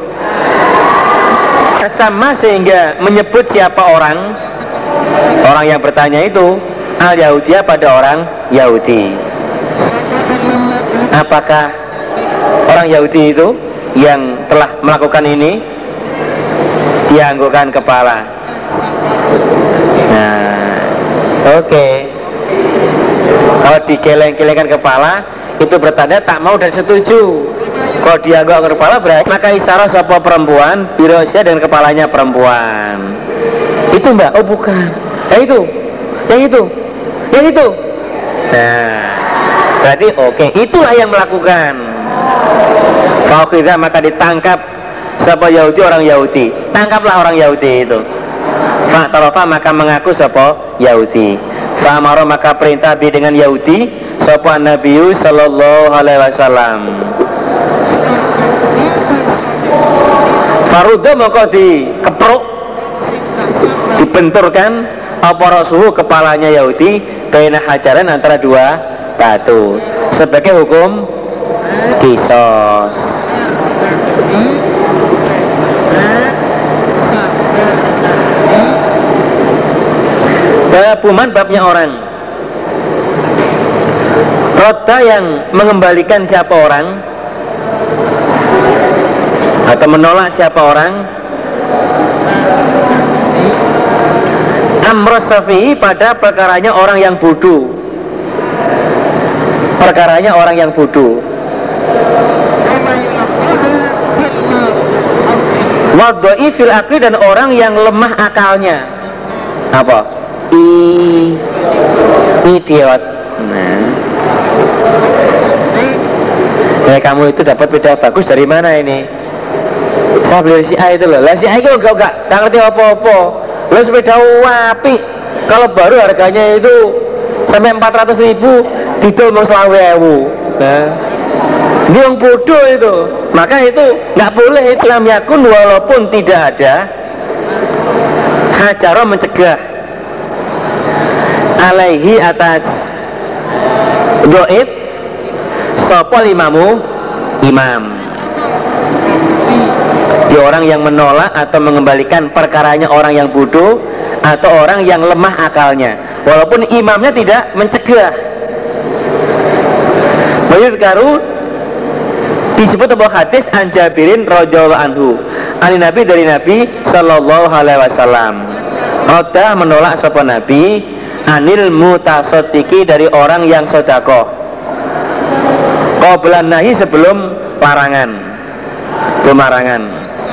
Sama sehingga menyebut siapa orang orang yang bertanya itu al Yahudiya pada orang Yahudi. Apakah orang Yahudi itu yang telah melakukan ini dianggukkan kepala? Nah, oke. Okay. Kalau digeleng-gelengkan kepala itu bertanda tak mau dan setuju. Kalau diangguk kepala berarti maka isyarat siapa perempuan birosya dan kepalanya perempuan. Itu Mbak? Oh bukan. Yang itu, yang itu, yang itu. Nah, berarti oke, okay. Itulah yang melakukan. Kalau kita maka ditangkap siapa Yahudi orang Yahudi. Tangkaplah orang Yahudi itu. Fa tarafa maka mengaku siapa Yahudi. Fa amara maka perintah bi dengan Yahudi siapa Nabi sallallahu alaihi wasallam. Farudo maka dikepruk, dibenturkan apa suhu kepalanya Yahudi baina hajaran antara dua batu sebagai hukum kisos. Babuman babnya orang Roda yang mengembalikan siapa orang atau menolak siapa orang amros safihi pada perkaranya orang yang bodoh, perkaranya orang yang bodoh. Wadoi fil akli dan orang yang lemah akalnya. Apa? I idiot. Nah, eh, kamu itu dapat beda bagus dari mana ini? Saya beli si A itu loh. Lah si A itu enggak enggak, enggak ngerti apa-apa. Lo sepeda wapi kalau baru harganya itu sampai empat ratus ribu, didol mau selawe ewu. Nah, dia yang bodoh itu. Maka itu nggak boleh Islam yakun walaupun tidak ada hajarah mencegah alaihi atas doib sopol imamu imam di orang yang menolak atau mengembalikan perkaranya orang yang bodoh atau orang yang lemah akalnya walaupun imamnya tidak mencegah. Bayut karu disebut sebuah hadis an Jabirin radhiyallahu anhu ani Nabi dari Nabi sallallahu alaihi wasallam roda menolak sapa Nabi anil mutasoddiki dari orang yang sedekah qablan nahi sebelum larangan pemarangan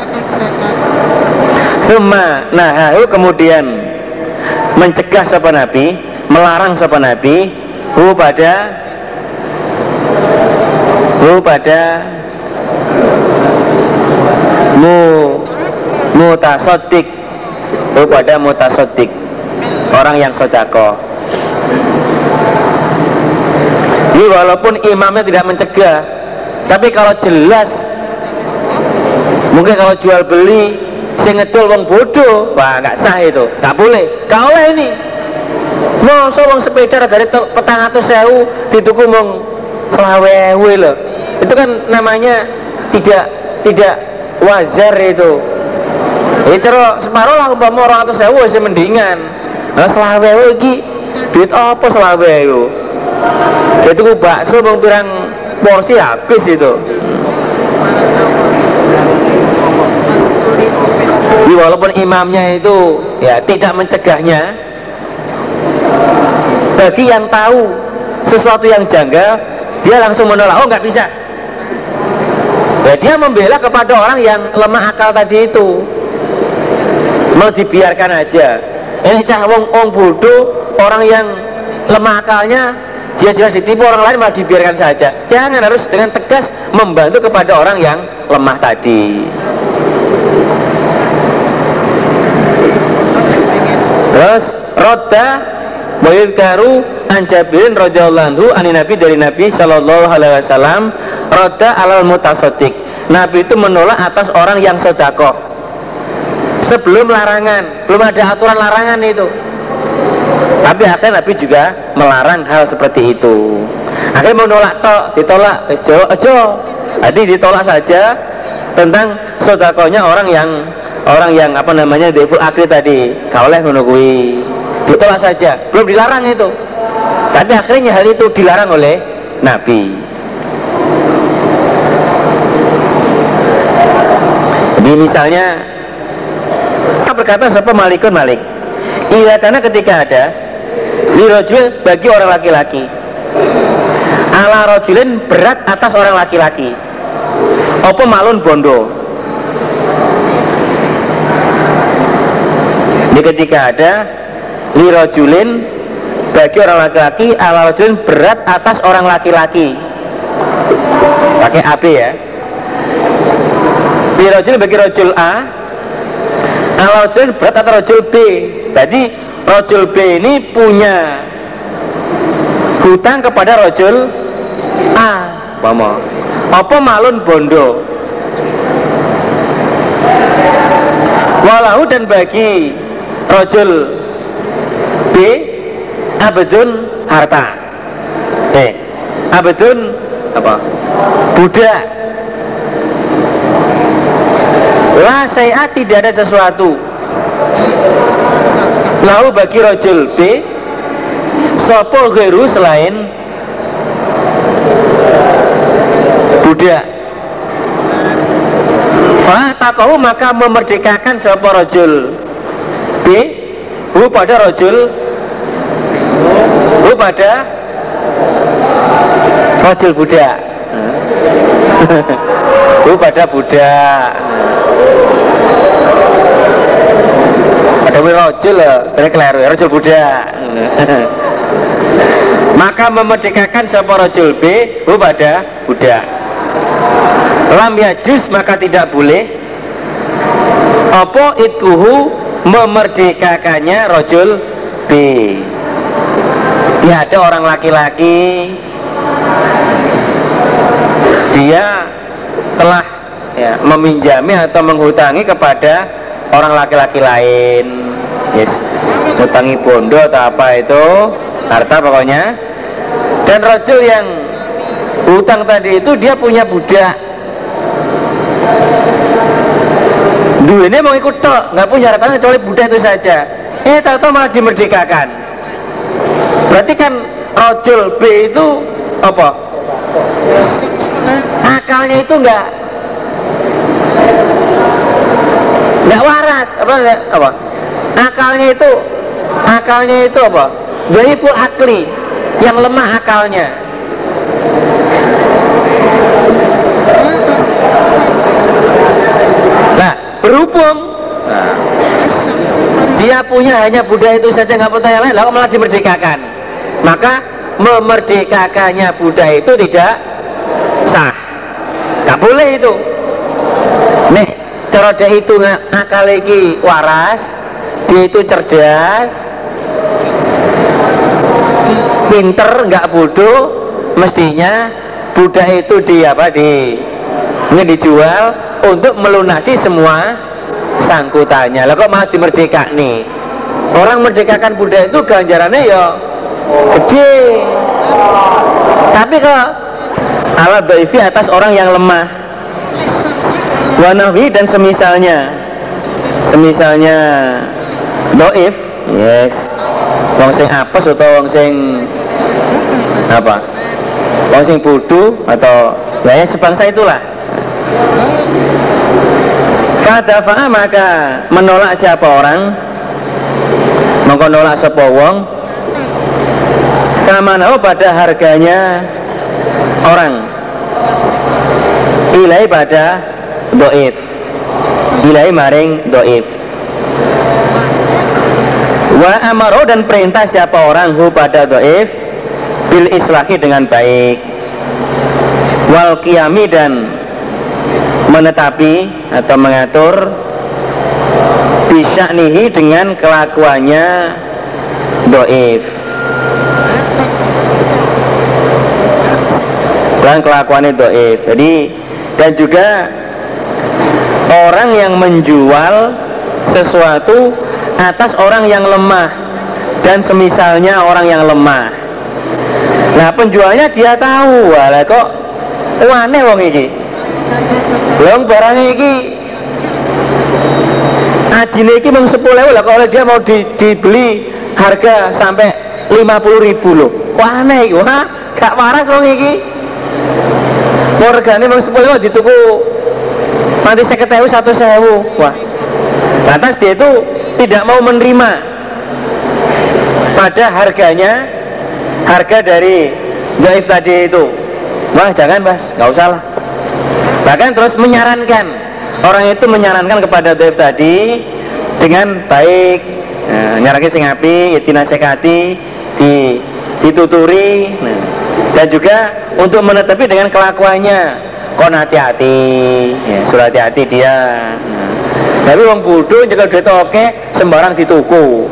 summa nahahu kemudian mencegah sapa Nabi melarang sapa Nabi hu pada hu pada mu mutasoddik hu pada mutasoddik orang yang sedekah. Jadi walaupun imamnya tidak mencegah, tapi kalau jelas mungkin kalau jual beli sing ngedol wong bodoh, wah nggak sah itu, nggak boleh. Gak oleh ini. Mau so wong sepeda dari petang atau sewu dituku mong selawewe loh. Itu kan namanya tidak tidak wajar itu. Itu separuh lah umpama orang atau sewu sih mendingan. Lah selawewe iki duit apa selawewe? Itu ku bakso bang pirang porsi habis itu. Jadi walaupun imamnya itu ya tidak mencegahnya, bagi yang tahu sesuatu yang janggal dia langsung menolak. Oh nggak bisa. Ya, dia membela kepada orang yang lemah akal tadi itu. Mau dibiarkan aja. Ini cah wong wong bodoh, orang yang lemah akalnya, dia jelas ditipu orang lain malah dibiarkan saja. Jangan, harus dengan tegas membantu kepada orang yang lemah tadi. Terus roda Bayudkaru anjabirin radhiyallahu anhu ani Nabi, dari Nabi sallallahu alaihi wasallam, roda alal mutasaddiq. Nabi itu menolak atas orang yang sedekah sebelum larangan, belum ada aturan larangan itu. Tapi akhirnya Nabi juga melarang hal seperti itu. Akhirnya menolak tok, ditolak, ejo, ejo. Jadi ditolak saja tentang sedekahnya orang yang orang yang apa namanya deful akli tadi. Kau oleh menunggui, ditolak saja, belum dilarang itu. Tapi akhirnya hal itu dilarang oleh Nabi. Jadi misalnya berkata siapa malikun malik, iya, karena ketika ada lirojul bagi orang laki-laki, ala rojulin berat atas orang laki-laki, apa malun bondo. Ini ketika ada lirojulin bagi orang laki-laki, ala rojulin berat atas orang laki-laki, pakai A B ya. Lirojul bagi rojul A, ala rojul berat atau rojul B. Jadi rojul B ini punya hutang kepada rojul A, mama. Apa malun bondo. Walahu, dan bagi rojul B abedun harta. Eh, abedun apa? Budak. La saya tidak ada sesuatu lahu bagi rojul B sopo geru selain budak. Fa taqau, maka memerdekakan sopo rojul B hu pada rojul hu pada rojul budak. Hu pada budak. Ada rojul lah, keliru, rojul budak. Maka memerdekakan siapa rojul B hu pada budak. Lam yajuz, maka tidak boleh apa ituhu, memerdekakannya rojul B. Ya, ada orang laki-laki, dia telah ya, meminjami atau menghutangi kepada orang laki-laki lain, yes, hutangi bondo atau apa itu, harta pokoknya. Dan rojul yang hutang tadi itu dia punya budak. Dulu ini mau ikut tok, nggak punya harta kecuali budak itu saja. Eh, tahu-tahu malah dimerdekakan. Berarti kan rojul B itu apa? Akalnya itu nggak nggak waras, apa apa? Akalnya itu akalnya itu apa? Dhaiful akli, yang lemah akalnya. Nah, berhubung nah, dia punya hanya budak itu saja, nggak punya yang lain, lalu malah dimerdekakan, maka memerdekakannya budak itu tidak sah, nggak boleh itu. Nih, cara dia itu akal lagi waras, dia itu cerdas, pinter, nggak bodoh, mestinya budak itu di apa di ini dijual untuk melunasi semua sangkutannya. Lah kok malah dimerdekakan nih? Orang merdekakan budak itu ganjarannya ya gede. Tapi kok ala dhaifi atas orang yang lemah, wanawi dan semisalnya, semisalnya doif, yes, wong sing apes atau wong sing apa, wong sing bodoh atau ya sebangsa itulah. Kadafa'a, maka menolak siapa orang, maka menolak siapa wong, sama nahu pada harganya orang. ilai pada doif, ilai maring doif. Wa amaro dan perintah siapa orang hu pada doif bil islahi dengan baik, wal qiyami dan menetapi atau mengatur bisya'nihi dengan kelakuannya doif, dan kelakuannya doif. Jadi dan juga orang yang menjual sesuatu atas orang yang lemah dan semisalnya orang yang lemah. Nah penjualnya dia tahu, walah kok aneh wong iki. Wong barang iki ajine iki mung sepuluh ribu lah, kalau dia mau di, dibeli harga sampai lima puluh ribu loh. Wah aneh iki, wah gak waras wong iki. Hargane mung sepuluh ribu dituku nanti seket ribu satu ribu. Wah. Lantas dia itu tidak mau menerima pada harganya, harga dari doif tadi itu. Wah jangan mas, nggak usah lah. Bahkan terus menyarankan, orang itu menyarankan kepada doif tadi dengan baik, nah, nyaraki sing api, ya dinasehati, di, dituturi, nah, dan juga untuk menetapi dengan kelakuannya. Kon hati-hati, ya, suruh hati-hati dia. Nah, tapi wong bodoh jika duit oke sembarang dituku.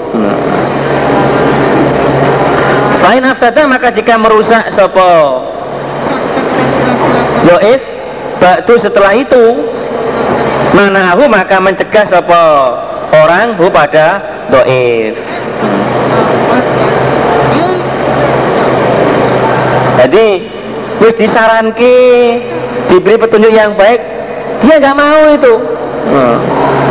Lain afsada maka jika merusak sopo doif, ba'du setelah itu manahu maka mencegah sopo orang bu pada doif. Jadi wis disaranki, diberi petunjuk yang baik, dia nggak mau itu. Hmm.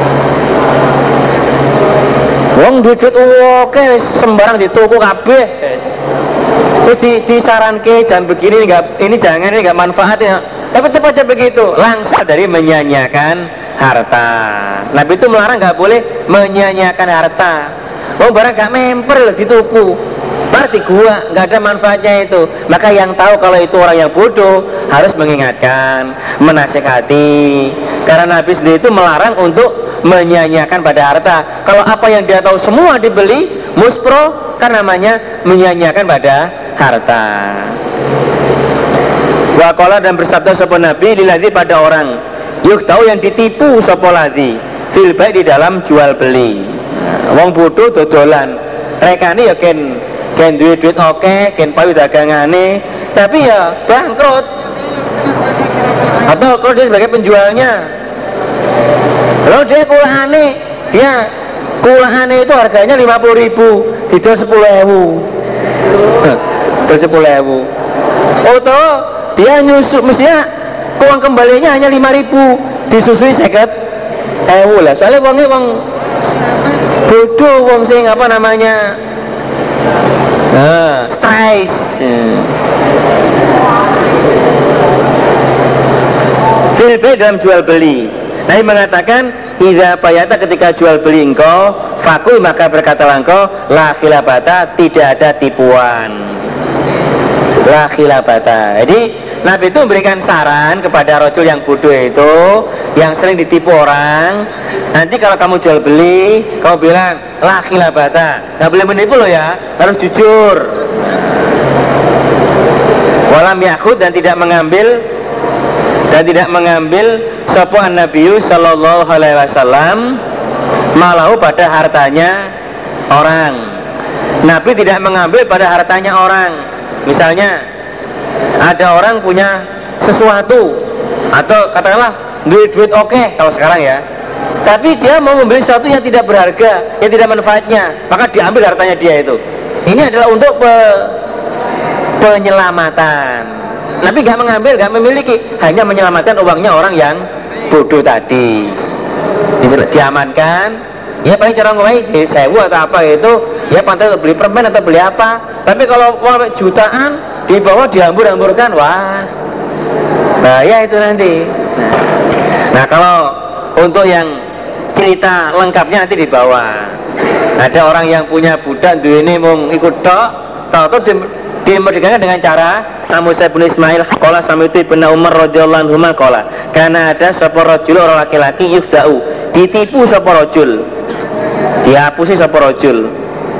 Wong duit oke sembarang dituku kabeh. Terus di, disaranke jangan begini, enggak, ini jangan, ini enggak manfaat ya. Tapi tetap aja begitu, langsung dari menyanyiakan harta. Nabi itu melarang enggak boleh menyanyiakan harta. Oh barang enggak memper dituku, berarti gua enggak ada manfaatnya itu. Maka yang tahu kalau itu orang yang bodoh harus mengingatkan, menasihati. Karena Nabi sendiri itu melarang untuk menyanyiakan pada harta. Kalau apa yang dia tahu semua dibeli, muspro, kan namanya menyanyiakan pada harta. Waqala dan bersabda sapa Nabi liladzi pada orang yuk tahu yang ditipu sapa ladzi fil bai di dalam jual beli. Nah, wong bodoh dodolan, rekane ya ken ken duit duit oke, ken payu dagangane, tapi ya bangkrut. Atau kalau dia sebagai penjualnya, kalau dia kulahane, dia kulahane itu harganya lima puluh ribu, dijual sepuluh ribu, sepuluh ribu. Atau dia nyusuk, mestinya uang kembalinya hanya lima ribu, disusui seket ribu lah. Soalnya uangnya uang bodoh, uang sing apa namanya, nah, stress. Filbe dalam jual beli. Nabi mengatakan, iza bayata ketika jual beli engkau, fakul maka berkatalah engkau, la khilabata, tidak ada tipuan. La khilabata. Jadi Nabi itu memberikan saran kepada rojul yang bodoh itu, yang sering ditipu orang. Nanti kalau kamu jual beli, kamu bilang la khilabata, nggak boleh menipu loh ya, harus jujur. Walam yakhud dan tidak mengambil dan tidak mengambil sapa Nabi sallallahu alaihi wasallam malahu pada hartanya orang. Nabi tidak mengambil pada hartanya orang. Misalnya ada orang punya sesuatu atau katakanlah duit-duit oke okay, kalau sekarang ya, tapi dia mau membeli sesuatu yang tidak berharga, yang tidak manfaatnya, maka diambil hartanya dia itu. Ini adalah untuk pe penyelamatan. Nabi gak mengambil, gak memiliki, hanya menyelamatkan uangnya orang yang bodoh tadi. Diamankan, ya paling cara ngomongnya di sewu atau apa itu, ya pantas untuk beli permen atau beli apa. Tapi kalau uang jutaan di bawah dihambur-hamburkan, wah bahaya itu nanti. Nah, nah kalau untuk yang cerita lengkapnya nanti di bawah. Ada orang yang punya budak, duit ini mau ikut tok, tahu-tahu di Dimerdekakan dengan cara Musa bin Ismail qala sami'tu ibn Umar radhiyallahu anhu qala karena ada sapa rajul orang laki-laki yufda'u ditipu sapa rajul dihapusi sapa rajul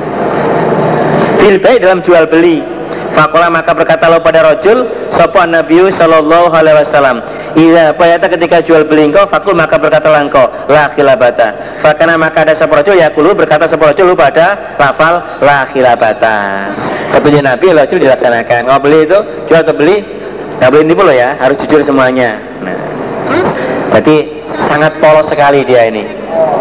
bil bai dalam jual beli. Faqala maka berkata lo pada rajul sapa Nabi sallallahu alaihi wasallam iya bayata ketika jual beli engkau fakul maka berkatalah engkau la khilabata fakana maka ada sapa rajul yaqulu berkata sapa rajul pada lafal la khilabata. Petunjuk Nabi rajul dilaksanakan. Kalau beli itu jual atau beli nggak boleh nipu loh ya, harus jujur semuanya. Nah, berarti sangat polos sekali dia ini.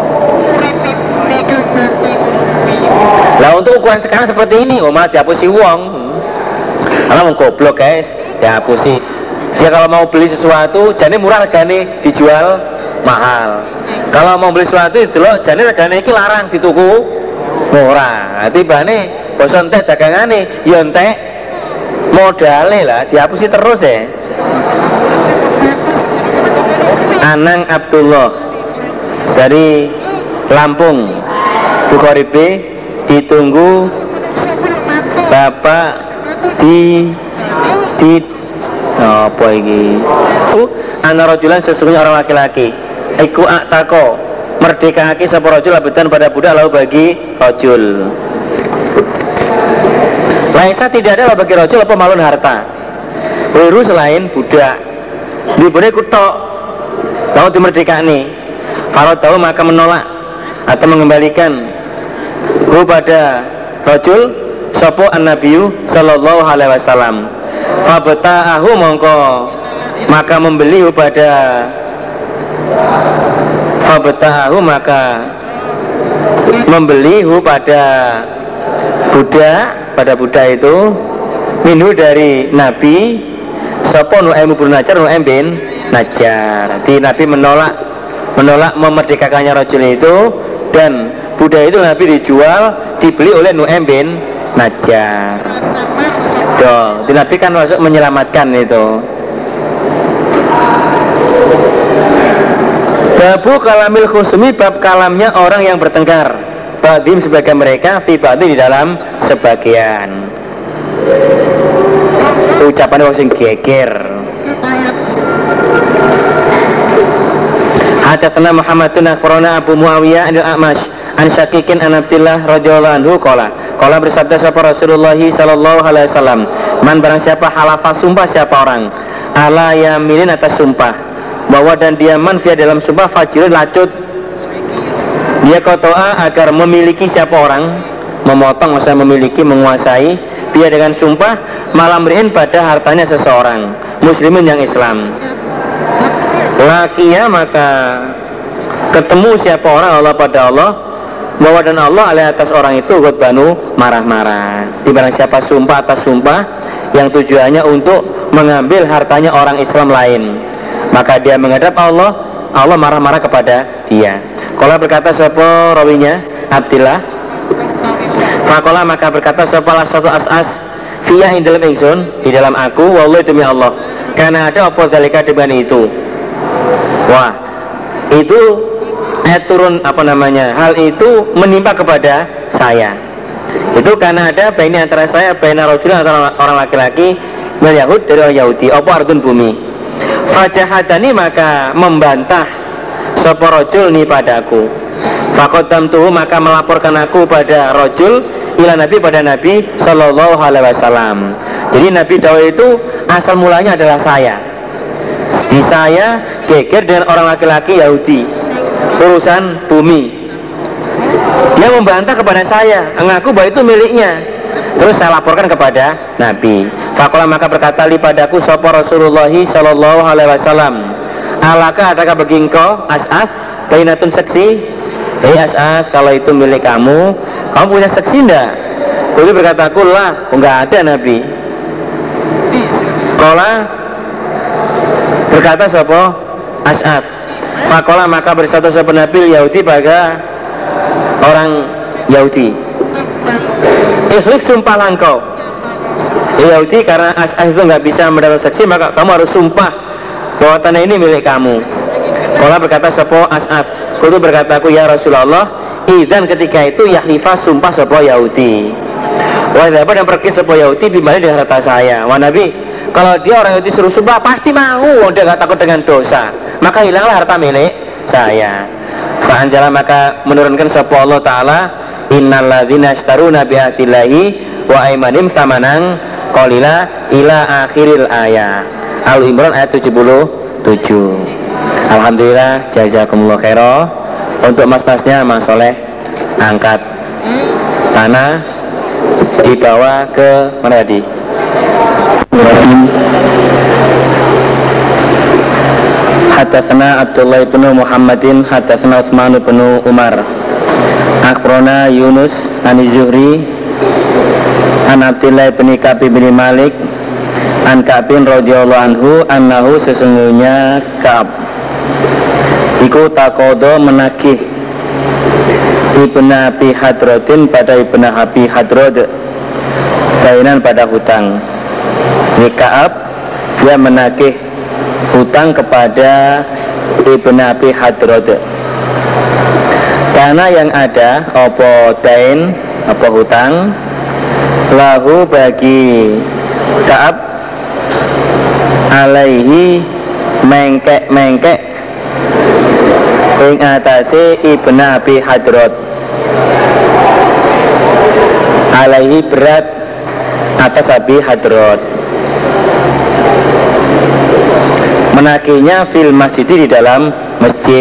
Lah untuk ukuran sekarang seperti ini, oh malah dihapusi uang. Karena mau goblok guys, dihapusi. Dia kalau mau beli sesuatu, jadi murah regane dijual mahal. Kalau mau beli sesuatu itu loh, jadi regane iki larang di tuku murah. Nanti bane bosan teh dagangane, ya entek modale lah dihapusi terus ya. Anang Abdullah dari Lampung, Bukhari B ditunggu Bapak di di oh, apa ini? Uh, ana rajulan sesungguhnya orang laki-laki. Iku aktako merdekake sapa rajul abedan pada budak lalu bagi rajul. Laisa tidak ada bagi rajul apa malun harta. Wiru selain budak. Di budak kutok. Tahu dimerdekani. Farad tahu maka menolak atau mengembalikan kepada rajul sapa an-nabiyyu sallallahu alaihi wasallam. Fabta'ahu mongko maka membeli pada Fabta'ahu maka membeli pada budak pada budak itu minhu dari Nabi sapa Nu'aim bin Najjar Nu'aim bin Najjar. Jadi Nabi menolak menolak memerdekakannya rajul itu dan budak itu Nabi dijual dibeli oleh Nu'aim bin Najjar. Doh, Nabi kan masuk menyelamatkan itu. Babu kalamil khusmi bab kalamnya orang yang bertengkar. Ba'dim sebagai mereka, fi ba'di di dalam sebagian. Ucapan wong sing geger. Hadatsana Muhammadun akhbarana Abu Muawiyah al-A'mash an Syaqiqin an Abdillah radhiyallahu anhu qala qala bersabda sapa Rasulullah sallallahu alaihi wasallam man barang siapa halafa sumpah siapa orang ala yaminin atas sumpah bahwa dan dia manfia dalam sumpah fajirun lacut dia kotoa agar memiliki siapa orang memotong maksudnya memiliki menguasai dia dengan sumpah malam rihin pada hartanya seseorang muslimin yang Islam lakiya maka ketemu siapa orang Allah pada Allah bahwa dan Allah alih atas orang itu ghadbanu marah-marah. Di barang siapa sumpah atas sumpah yang tujuannya untuk mengambil hartanya orang Islam lain, maka dia menghadap Allah, Allah marah-marah kepada dia. Qala berkata sapa rawinya Abdillah. Faqala maka berkata sapa satu as'as fiya ing dalam ingsun di dalam aku wallahi demi Allah. Karena ada apa zalika dengan itu. Wah, itu ayat turun apa namanya hal itu menimpa kepada saya itu karena ada baini antara saya baina rajul antara orang laki-laki wal yahud dari orang Yahudi apa ardun bumi fajahadani maka membantah sapa rajul ni padaku faqaddamtuhu maka melaporkan aku pada rajul ila nabi pada nabi sallallahu alaihi wasallam. Jadi Nabi Dawud itu asal mulanya adalah saya di saya geger dengan orang laki-laki Yahudi urusan bumi. Dia membantah kepada saya, mengaku bahwa itu miliknya. Terus saya laporkan kepada Nabi. Faqala maka berkata li padaku sapa Rasulullah sallallahu alaihi wasallam, alaka adakah bagi engkau as'af bainatun seksi? Hei as'af, kalau itu milik kamu, kamu punya seksi enggak? Kuli berkata kullah, enggak ada Nabi. Qala berkata sapa as'af Makola maka bersatu sapa Nabi Yahudi pada orang Yahudi. Ikhlis sumpahlah engkau Yahudi karena As'as itu nggak bisa mendapat saksi maka kamu harus sumpah bahwa tanah ini milik kamu. Kola berkata sapa As'as, kudu berkata aku ya Rasulullah, idzan ketika itu yahlifah sumpah sapa Yahudi. Wah, dapat yang pergi supaya Yahudi bimbali di harta saya. Wah Nabi, kalau dia orang Yahudi suruh sumpah pasti mau, dia nggak takut dengan dosa. Maka hilanglah harta milik saya. Fa'anjala maka menurunkan sapa Allah Ta'ala, innal ladzina ishtaruna bi ahdillahi wa aimanim samanan qalila ila akhiril ayat. Al-Imran ayat tujuh puluh tujuh. Alhamdulillah, jazakumullah khairan. Untuk mas-masnya Mas Soleh angkat tanah dibawa ke mana tadi? Hadatsana Abdullah bin Muhammadin hadatsana Utsman bin Umar akhbarana Yunus an Zuhri an Abdullah bin Ka'b bin Malik an Ka'b radhiyallahu anhu annahu sesungguhnya Ka'b iku takodo menagih Ibn Abi Hadrodin pada Ibn Abi Hadrod dainan pada hutang. Ini Ka'ab dia menagih hutang kepada Ibn Abi Hadrod. Karena yang ada apa dain apa hutang lahu bagi Ka'ab alaihi mengkek-mengkek ing atase Ibn Abi Hadrod, alaihi berat atas Abi Hadrod, menagihnya fil masjid di dalam masjid.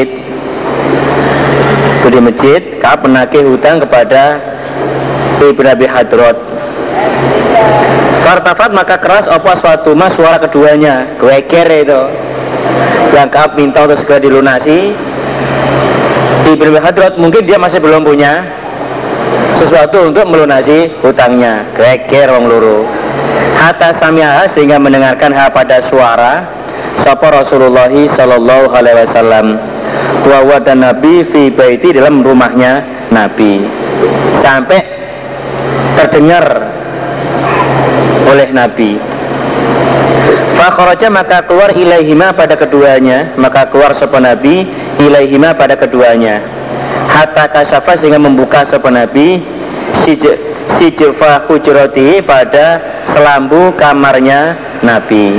Di masjid Ka'ab menagih hutang kepada Ibn Abi Hadrod. Fartafat maka keras apa suatu mas suara keduanya, geger itu yang Ka'ab minta untuk segera dilunasi. Ibn Abi Hadrod mungkin dia masih belum punya sesuatu untuk melunasi hutangnya, geger wong loro. Hatta sami'ah sehingga mendengarkan ha pada suara sapa Rasulullah sallallahu alaihi wasallam wa wa dan Nabi fi baiti dalam rumahnya Nabi, sampai terdengar oleh Nabi. Fa kharaja maka keluar ilaihima pada keduanya, maka keluar sapa Nabi ilaihima pada keduanya. Hatta kasafa sehingga membuka sapa Nabi si si jefa hujrati pada selambu kamarnya Nabi.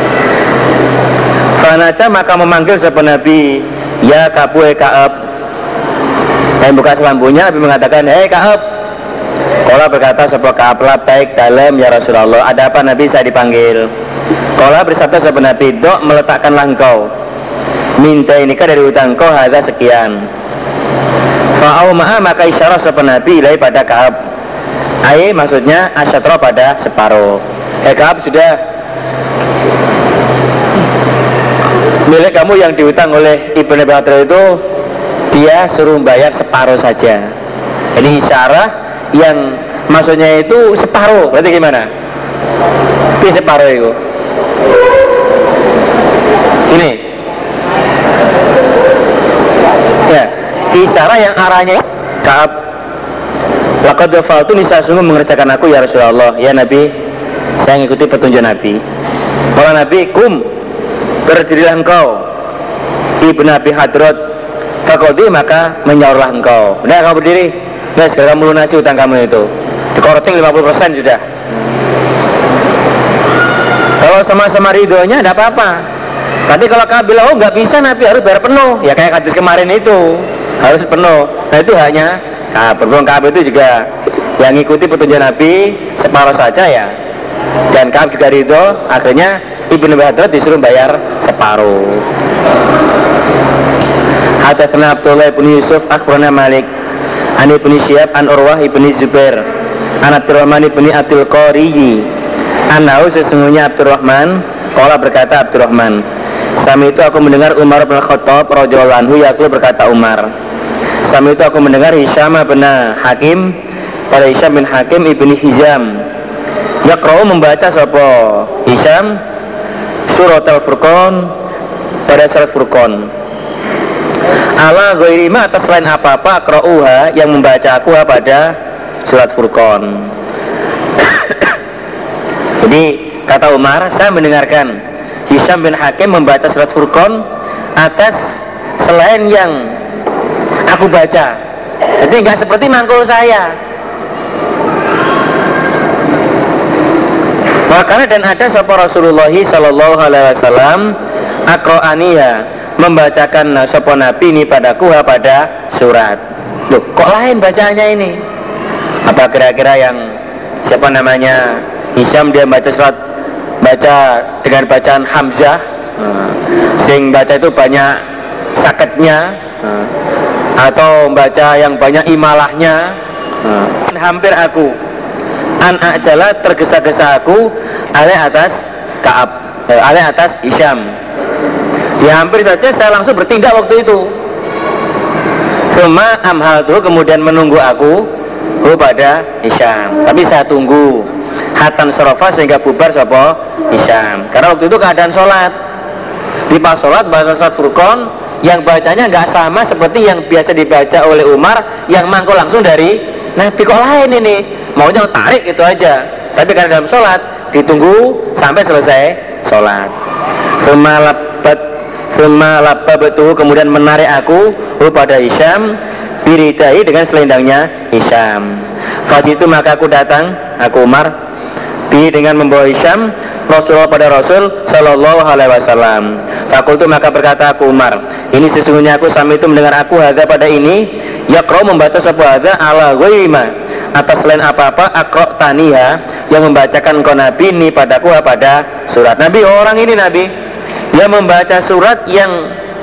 Fanata maka memanggil sapa Nabi, ya Ka'ab Ka'ab. Dan buka selambunya Nabi mengatakan, hei Ka'ab. Qala berkata sapa Ka'ab, baik dalam ya Rasulullah. Ada apa Nabi saya dipanggil? Qala bersabda sapa Nabi, dok meletakkanlah engkau minta inikah dari hutang kau hadza sekian. Fa'au ma'a maka isyarat sapa Nabi ilai pada Ka'ab. Ai maksudnya asyatra pada separuh. Eh Ka'ab sudah milik kamu yang dihutang oleh Ibn Abi Hadrod itu dia suruh bayar separuh saja. Jadi isyarat yang maksudnya itu separuh. Berarti gimana? Ini separuh itu. Ini. Ya, isyarat yang arahnya Ka'ab. Laqad dafa'tu nisa sungguh mengerjakan aku ya Rasulullah. Ya Nabi, saya mengikuti petunjuk Nabi. Kalau Nabi kum berdirilah engkau Ibn Abi Hadrod fakodi maka menyaurlah engkau. Benar kamu berdiri. Nah segera melunasi hutang kamu itu. Dikoroting lima puluh persen sudah. Kalau sama-sama ridhonya tidak apa-apa. Tapi kalau kamu bilang oh nggak bisa Nabi harus bayar penuh, ya kayak hadis kemarin itu harus penuh. Nah itu hanya nah, berhubung Ka'ab itu juga yang ngikuti petunjuk Nabi separuh saja ya. Dan Ka'ab juga ridho, akhirnya Ibn Abi Hadrod disuruh bayar separuh. Hadatsana Abdullah bin Yusuf akhbarana Malik an Ibnu Syihab an Urwah ibn Zubair an Abdurrahman ibn Abdul Qariyi annahu sesungguhnya Abdurrahman qala berkata Abdurrahman sami itu aku mendengar Umar bin Khattab radhiyallahu anhu yaqulu berkata Umar sami itu aku mendengar Hisham bin Hakim pada Hisham bin Hakim ibni Hizam yaqra'u membaca sapa Hisham surat Al-Furqan pada surat Furqan ala ghairi ma atas selain apa-apa aqra'uha yang membaca aku pada surat Furqan. Jadi kata Umar saya mendengarkan Hisham bin Hakim membaca surat Furqan atas selain yang aku baca. Jadi enggak seperti mangkul saya. Makanya dan ada sapa Rasulullah sallallahu alaihi wasallam aqra'aniha, membacakan sapa nabi ini padaku pada surat. Loh, kok lain bacaannya ini? Apa kira-kira yang siapa namanya Hisham dia baca surat, baca dengan bacaan Hamzah, hmm. sing baca itu banyak sakitnya, hmm. atau baca yang banyak imalahnya, hmm. hampir aku an ajala tergesa-gesa aku ale atas Ka'ab, eh, ale atas Hisham. Ya hampir saja saya langsung bertindak waktu itu. Cuma amhal tuh kemudian menunggu aku oh, pada Hisham. Tapi saya tunggu hatan sorofa sehingga bubar sapa Hisham. Karena waktu itu keadaan sholat. Di pas sholat baca surat Furqan yang bacanya nggak sama seperti yang biasa dibaca oleh Umar yang mangkul langsung dari Nabi. Kok lain ini? Maunya tarik itu aja. Tapi karena dalam sholat ditunggu sampai selesai sholat. Semalabat semalabat betul kemudian menarik aku oh, pada Hisham biridai dengan selendangnya Hisham. Fajitu maka aku datang aku Umar bi dengan membawa Hisham Rasulullah pada Rasul Sallallahu Alaihi Wasallam. Fakultu maka berkata aku Umar, ini sesungguhnya aku sami itu mendengar aku hadza pada ini yaqra membaca sebuah hadza ala ghaima atas selain apa-apa akro taniha yang membacakan kau Nabi ini padaku pada surat Nabi. Orang ini Nabi yang membaca surat yang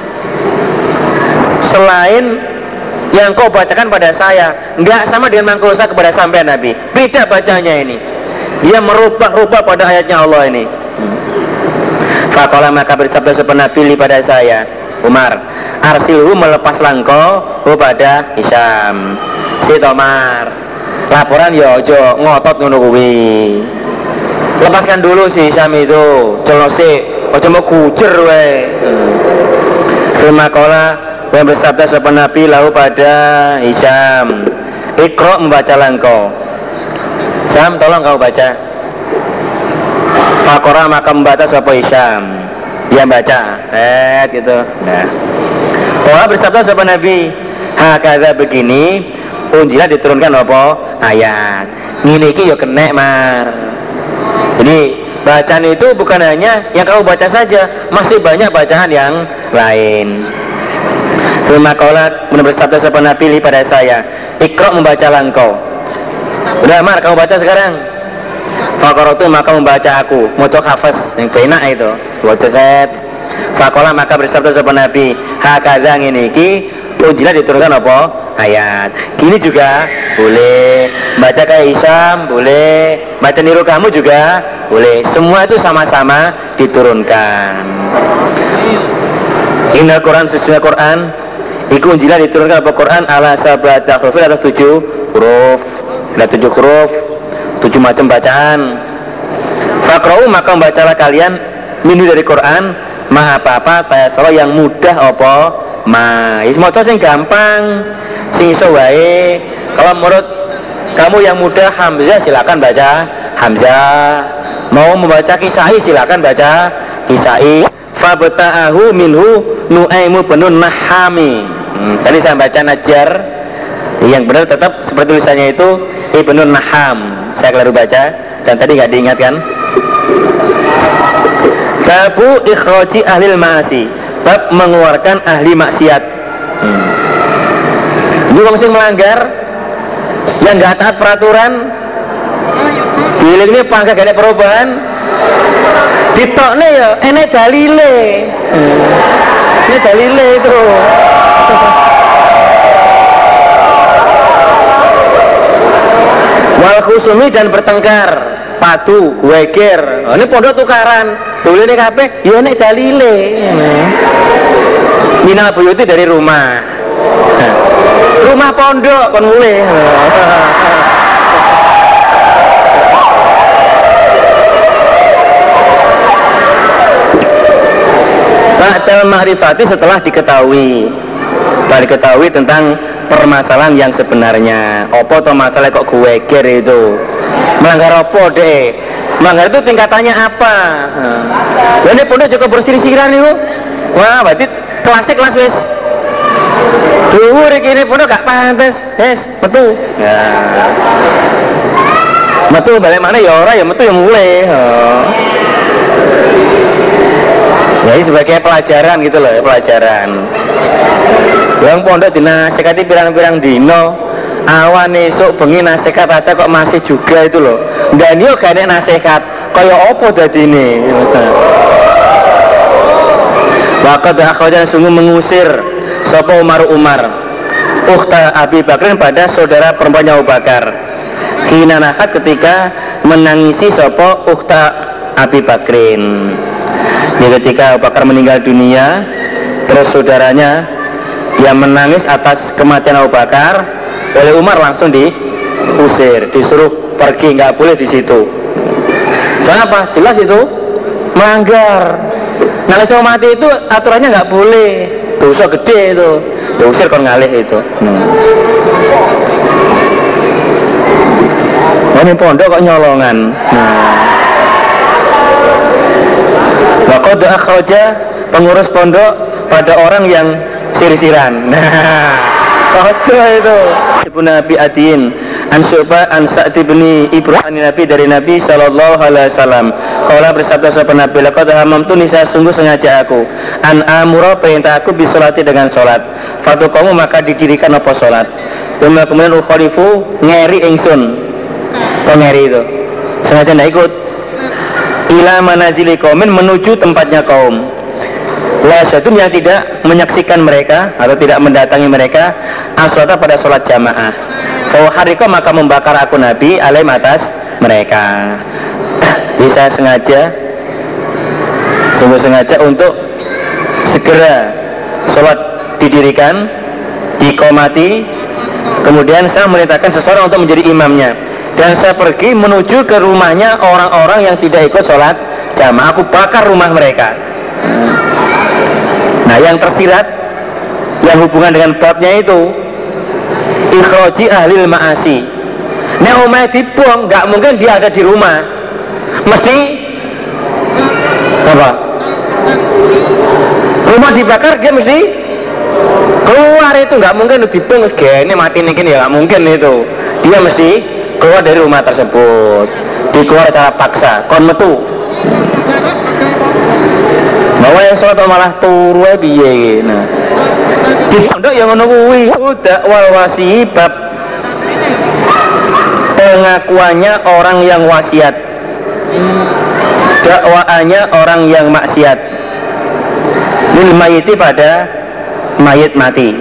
selain yang kau bacakan pada saya, enggak sama dengan mangkusa kepada sampean Nabi. Beda bacanya ini. Dia merubah-rubah pada ayatnya Allah ini. Faqala maka bersabda sepen Nabi pada saya, Umar, arsilhu melepas langkau pada Hisham. Si Tomar, laporan ya ojo ngotot ngono kuwi. Lepaskan dulu si Hisham itu. Colok si, ojo mau kujer we. Terima kola yang bersabda sepen Nabi lalu pada Hisham, Iqra membaca langkau. Hisham tolong kau baca. Fakora maka membaca sapa Hisham. Dia baca, eh gitu. Nah, kola bersabda sepen Nabi, hakadha begini, unjila diturunkan apa? Ayat. Ngene iki ya kenek mar. Jadi bacaan itu bukan hanya yang kau baca saja, masih banyak bacaan yang lain. Terima kolat bersabda sepan Nabi pada saya, Iqra membacalah engkau. Udah Mar, kamu baca sekarang. Fakoratu maka membaca aku, moco hafaz yang benak itu, baca set. Fakola maka bersabda sepan Nabi, hakadha ngene iki unjila diturunkan apa? Ayat. Gini juga boleh. Baca kayak Hisham boleh. Baca niru kamu juga boleh. Semua itu sama-sama diturunkan. Inna Quran sesuai Quran. Iku unjila diturunkan apa Quran ala sabata huruf atas tujuh huruf. Ada tujuh huruf, tujuh macam bacaan. Fakrau maka membacalah kalian minu dari Quran ma apa-apa tayasara yang mudah apa ma. Semoga sing gampang, sing iso wae. Kalau menurut kamu yang mudah Hamzah silakan baca Hamzah. Mau membaca Kisai silakan baca Kisai. Fabta'ahu minhu Nu'aimu benun Nahami. Hmm, tadi saya baca Najjar. Yang benar tetap seperti tulisannya itu Ibnu Naham. Saya keliru baca dan tadi nggak diingatkan. Babu ikhraji ahlil ma'asi, bab mengeluarkan ahli maksiat. hmm. Ini orang yang melanggar, yang nggak taat peraturan, giling ini pangkat gak ada perubahan, ditokne ya enek dalile. hmm. Ini dalile itu. Wal khusumi dan bertengkar, padu, weger. Oh, ini pondok tukaran. Tuline kabeh ya nek dalile. Minal buyuti dari rumah. Rumah pondok kon mulih. Ba'dal ma'rifati setelah diketahui. Setelah diketahui tentang permasalahan yang sebenarnya. Apa toh masalah kok gue ger itu? Melanggar apa deh? Melanggar itu tingkatannya apa? Nah, ini pondok cukup bersiri-siran itu. Wah, berarti klasik kelas wis. Dhuwur iki ini pondok gak pantes. Wes, metu. Nah. metu balik mana ya ora ya metu ya mulai. Oh. Jadi sebagai pelajaran gitu loh ya, pelajaran. Yang pondok dinasekati pirang-pirang dino, awan esuk bengi nasihat aja kok masih juga itu loh. Ndak niyo gak nek nasihat kaya apa dadine. Waqad akhrajan sungguh mengusir sapa Umar Umar ukhta Abi Bakrin pada saudara perempuannya Abu Bakar. Kina nahat ketika menangisi sapa ukhta Abi Bakrin. Ya, ketika Abu Bakar meninggal dunia, terus saudaranya yang menangis atas kematian Abu Bakar, oleh Umar langsung diusir, disuruh pergi, nggak boleh di situ. Kenapa? Jelas itu melanggar. Nangis mau mati itu aturannya nggak boleh, dosa gede itu, diusir kon ngalih itu. Hmm. Ini pondok kok nyolongan. Nah. Waqad akhraja pengurus pondok pada orang yang sir-siran. Nah, kode itu. Ibu Nabi Adin an Syu'bah an Sa'd bin Ibrahim Nabi dari Nabi sallallahu alaihi wasallam. Qala bersabda sahabat Nabi, laqad hamamtu nisa sungguh sengaja aku an amura perintah aku bisolati dengan salat. Fatu kamu maka didirikan apa salat. Kemudian ukhalifu ngeri ingsun. Kok ngeri itu? Sengaja ndak ikut. Ila manazili qaumin menuju tempatnya kaum. La syatun yang tidak menyaksikan mereka atau tidak mendatangi mereka as-sholata pada sholat jamaah. Fa harika maka membakar aku Nabi alaihim atas mereka. Jadi saya sengaja sungguh sengaja untuk segera sholat didirikan, diqomati, kemudian saya merintahkan seseorang untuk menjadi imamnya. Dan saya pergi menuju ke rumahnya orang-orang yang tidak ikut sholat jamaah. Aku bakar rumah mereka. Nah, yang tersirat yang hubungan dengan babnya itu ikhraji ahlil ma'asi. Nah, omah dibuang, nggak mungkin dia ada di rumah. Mesti apa? Rumah dibakar dia mesti keluar itu, nggak mungkin dibuang. Gini mati nih ya nggak mungkin itu. Dia mesti keluar dari rumah tersebut, dikeluar secara paksa, kon metu. Bahwa yang sholat malah turu piye. Nah, di pondok yang ngono kuwi udah wal wasi bab pengakuannya orang yang wasiat, dakwaannya orang yang maksiat. Lil mayiti pada mayit mati.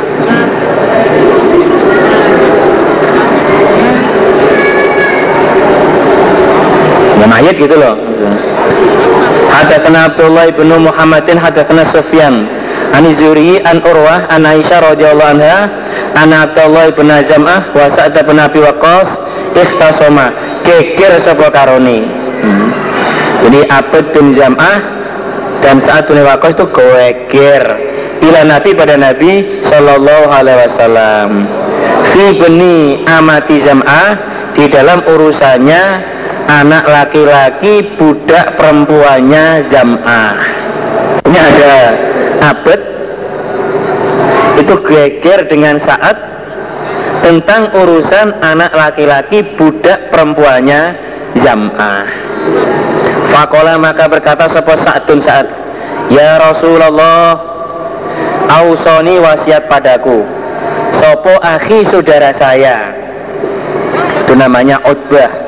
Ya mayit gitu loh. Hadatsana Abdullah bin Muhammadin hadatsana Sufyan an Zuri an Urwah an Aisyah radhiyallahu anha anna Abdullah bin Zam'ah wa Sa'd bin Abi Waqqas ikhtasama geger sapa karone. Hmm. Jadi Abd bin Zam'ah dan Sa'd bin Waqqas itu geger ila Nabi pada Nabi sallallahu alaihi wasallam. Fi bani amati Zam'ah di dalam urusannya anak laki-laki budak perempuannya Zam'ah. Ini ada Abd itu geger dengan Sa'ad tentang urusan anak laki-laki budak perempuannya Zam'ah. Faqala maka berkata sapa Sa'dun Sa'ad, ya Rasulullah, ausoni wasiat padaku sopo akhi saudara saya, itu namanya Utbah.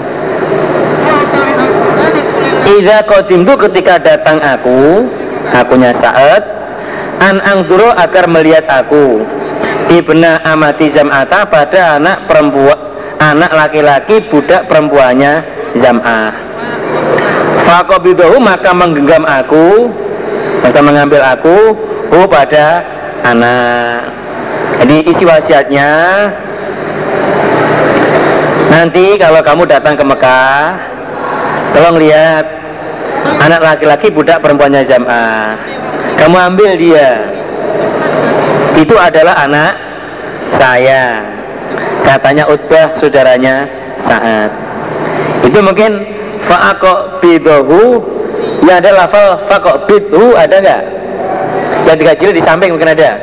Iza qadimtu ketika datang aku, akunya Sa'ad, an angzuro agar melihat aku, ibna amati Zam'ata pada anak perempuan, anak laki-laki budak perempuannya Zam'ah. Faqabidahu maka menggenggam aku, maka mengambil aku, oh pada anak. Jadi isi wasiatnya, nanti kalau kamu datang ke Mekah, tolong lihat anak laki-laki budak perempuannya Zam'ah, kamu ambil dia, itu adalah anak saya, katanya Utbah saudaranya Sa'ad. Itu mungkin fa'aqbidahu, ya ada lafal fa'aqbidhu, ada nggak? Yang tiga jilid di samping mungkin ada,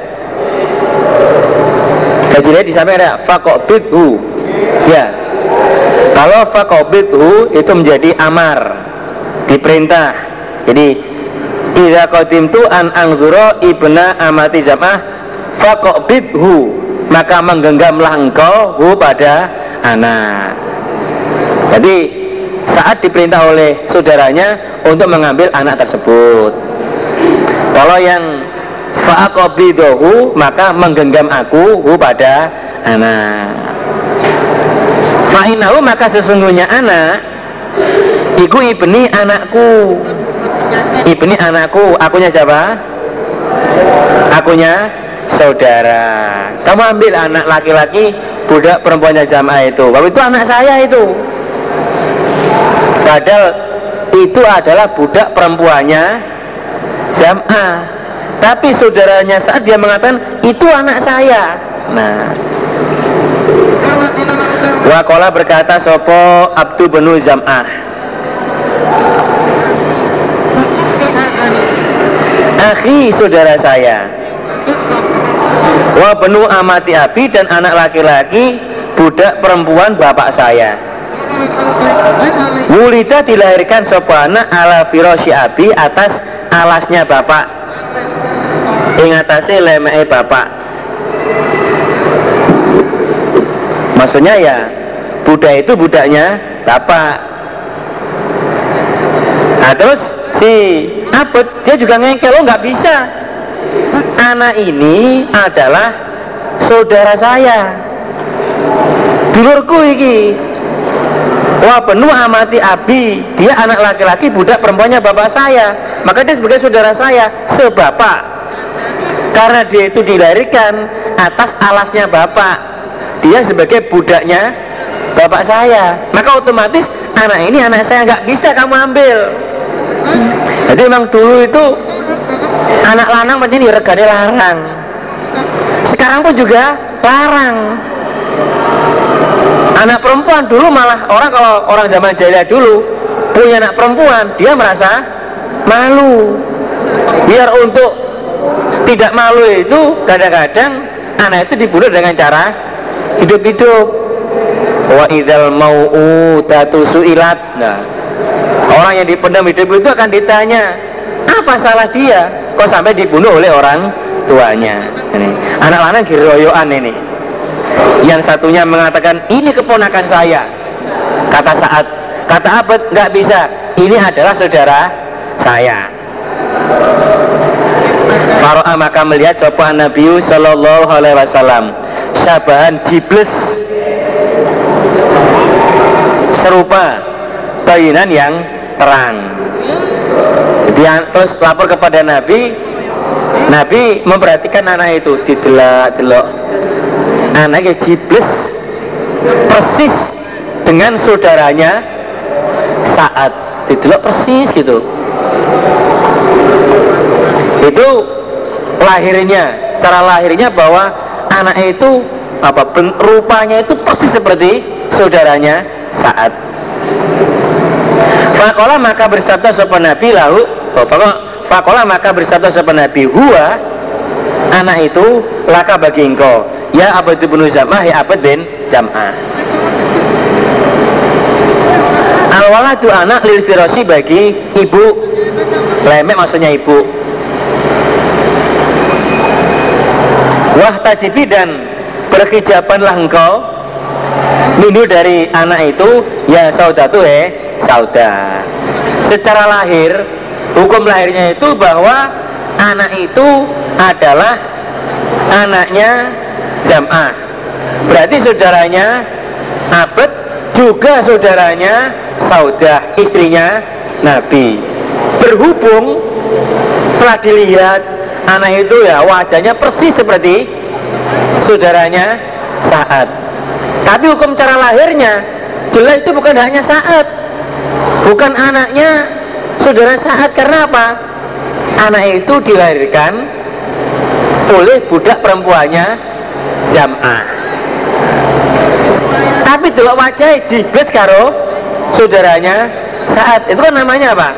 tiga jilid di samping ada fa'aqbidhu, ya. Kalau faqabidhu itu menjadi amar, diperintah. Jadi idza qadimtu an anzura ibna amati Zam'ah faqabidhu, maka menggenggamlah engkau hu pada anak. Jadi saat diperintah oleh saudaranya untuk mengambil anak tersebut. Kalau yang faqabidhu maka menggenggam aku hu pada anak. Fa'inahu maka sesungguhnya anak iku ibni anakku. Ibni anakku, akunya siapa? Akunya saudara. Kamu ambil anak laki-laki budak perempuannya Zam'ah itu. Bahwa itu anak saya itu. Padahal itu adalah budak perempuannya Zam'ah. Tapi saudaranya saat dia mengatakan itu anak saya. Nah, Waqala berkata sopo Abdu benu Zam'ah, akhi saudara saya, wa benu amati abi dan anak laki-laki budak perempuan bapak saya. Wulida dilahirkan sopo anak ala firasyi abi atas alasnya bapak, ing atase lemeke bapak. Maksudnya ya budak itu budaknya bapak. Nah terus si Abed dia juga ngengkel, lo nggak bisa, anak ini adalah saudara saya, dulurku iki. Wah penuh amati abi, dia anak laki-laki budak perempuannya bapak saya, maka dia sebagai saudara saya sebapak, karena dia itu dilahirkan atas alasnya bapak, dia sebagai budaknya bapak saya, maka otomatis anak ini anak saya, nggak bisa kamu ambil. Jadi memang dulu itu anak lanang macam ini regane larang, sekarang pun juga larang. Anak perempuan dulu malah orang, kalau orang zaman jahiliyah dulu punya anak perempuan dia merasa malu. Biar untuk tidak malu itu kadang-kadang anak itu dibunuh dengan cara hidup-hidup. Wa idzal mau'udatu su'ilat. Nah, orang yang dipendam hidup itu akan ditanya, apa salah dia kok sampai dibunuh oleh orang tuanya. Ini anak lanang giroyoan ini. Yang satunya mengatakan ini keponakan saya, kata Sa'ad, kata Abed nggak bisa, ini adalah saudara saya. Faro'a maka melihat sapa Nabi sallallahu alaihi wasallam syabahan jibles, serupa bayinan yang terang. Dia terus lapor kepada Nabi. Nabi memperhatikan anak itu, didelok-delok, anaknya jibles persis dengan saudaranya saat didelok persis gitu. Itu lahirnya, secara lahirnya bahwa anak itu apa, rupanya itu persis seperti saudaranya saat. Fakola maka bersabda sopan Nabi lahu, Fakola maka bersabda sopan Nabi, huwa anak itu laka bagi engkau, ya Abed bin Zam'ah, ya Abed bin Zam'ah. Al-waladu anak lil firasi bagi ibu, lemek maksudnya ibu. Wah tajibi dan berhijabanlah engkau minhu dari anak itu, ya saudatu he sauda. Secara lahir, hukum lahirnya itu bahwa anak itu adalah anaknya Zam'ah, berarti saudaranya Abed juga saudaranya Saudah, istrinya Nabi. Berhubung telah dilihat anak itu ya wajahnya persis seperti saudaranya Sa'ad, tapi hukum cara lahirnya jelas itu bukan hanya Sa'ad, bukan anaknya saudara Sa'ad. Karena apa? Anak itu dilahirkan oleh budak perempuannya Zam'ah, tapi delok wajah jibles karo saudaranya Sa'ad. Itu kan namanya apa?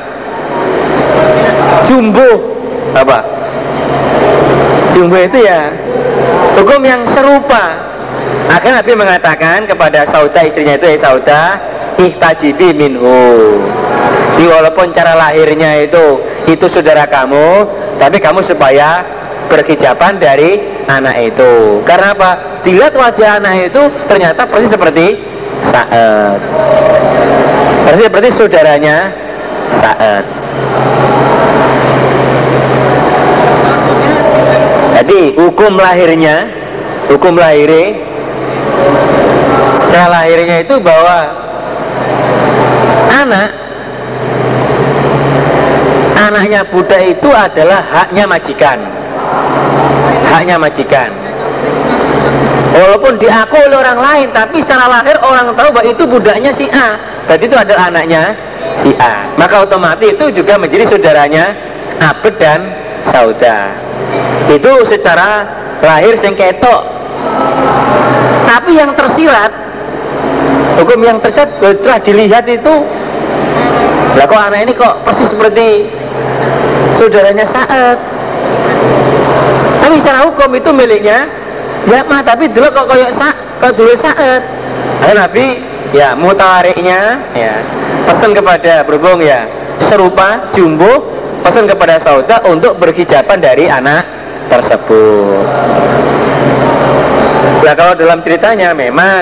Jumbo. Apa? Jumbo itu ya hukum yang serupa. Akhirnya Nabi mengatakan kepada Saudah, istrinya itu, ya Saudah, ihtajibi minhu. Jadi walaupun cara lahirnya itu itu saudara kamu, tapi kamu supaya berhijaban dari anak itu. Karena apa? Dilihat wajah anak itu ternyata persis seperti Sa'ad, persis seperti saudaranya Sa'ad. Jadi hukum lahirnya, hukum lahirnya, cara lahirnya itu bahwa anak anaknya budak itu adalah haknya majikan, haknya majikan. Walaupun diakui oleh orang lain, tapi secara lahir orang tahu bahwa itu budaknya si A, berarti itu adalah anaknya si A. Maka otomatis itu juga menjadi saudaranya Abd dan Sauda. Itu secara lahir sing ketok. Tapi yang tersirat, hukum yang tersirat setelah dilihat itu, lah kok anak ini kok persis seperti saudaranya Sa'ad. Tapi secara hukum itu miliknya ya mah, tapi dulu kok koyok Sa, kok dulu Sa'ad. Lalu Nabi ya mutawariknya ya pesan kepada berhubung ya serupa jumbo, pesan kepada Sauda untuk berhijaban dari anak tersebut. Nah kalau dalam ceritanya memang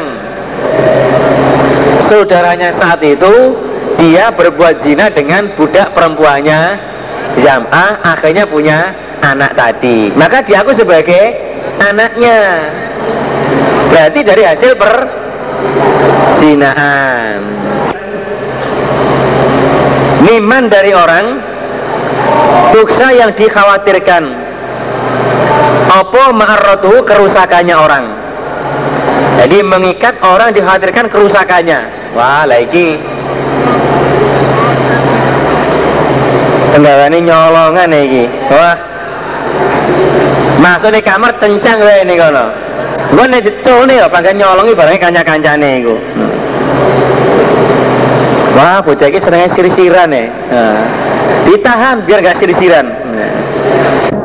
saudaranya saat itu dia berbuat zina dengan budak perempuannya Zam'ah, akhirnya punya anak tadi, maka diaku sebagai anaknya, berarti dari hasil perzinaan. Miman dari orang tuksa yang dikhawatirkan apa ma'arratuhu kerusakannya orang. Jadi mengikat orang dikhawatirkan kerusakannya. Wah lagi kendala ini nyolongan iki. Wah masuk di kamar kencang wae ini kono. Gue nih jecul nih, pangkat nyolongi barangnya kanca-kancane iku. Wah bocah iki senengnya sir-siran ya. Nah, ditahan biar gak sir-siran. Nah.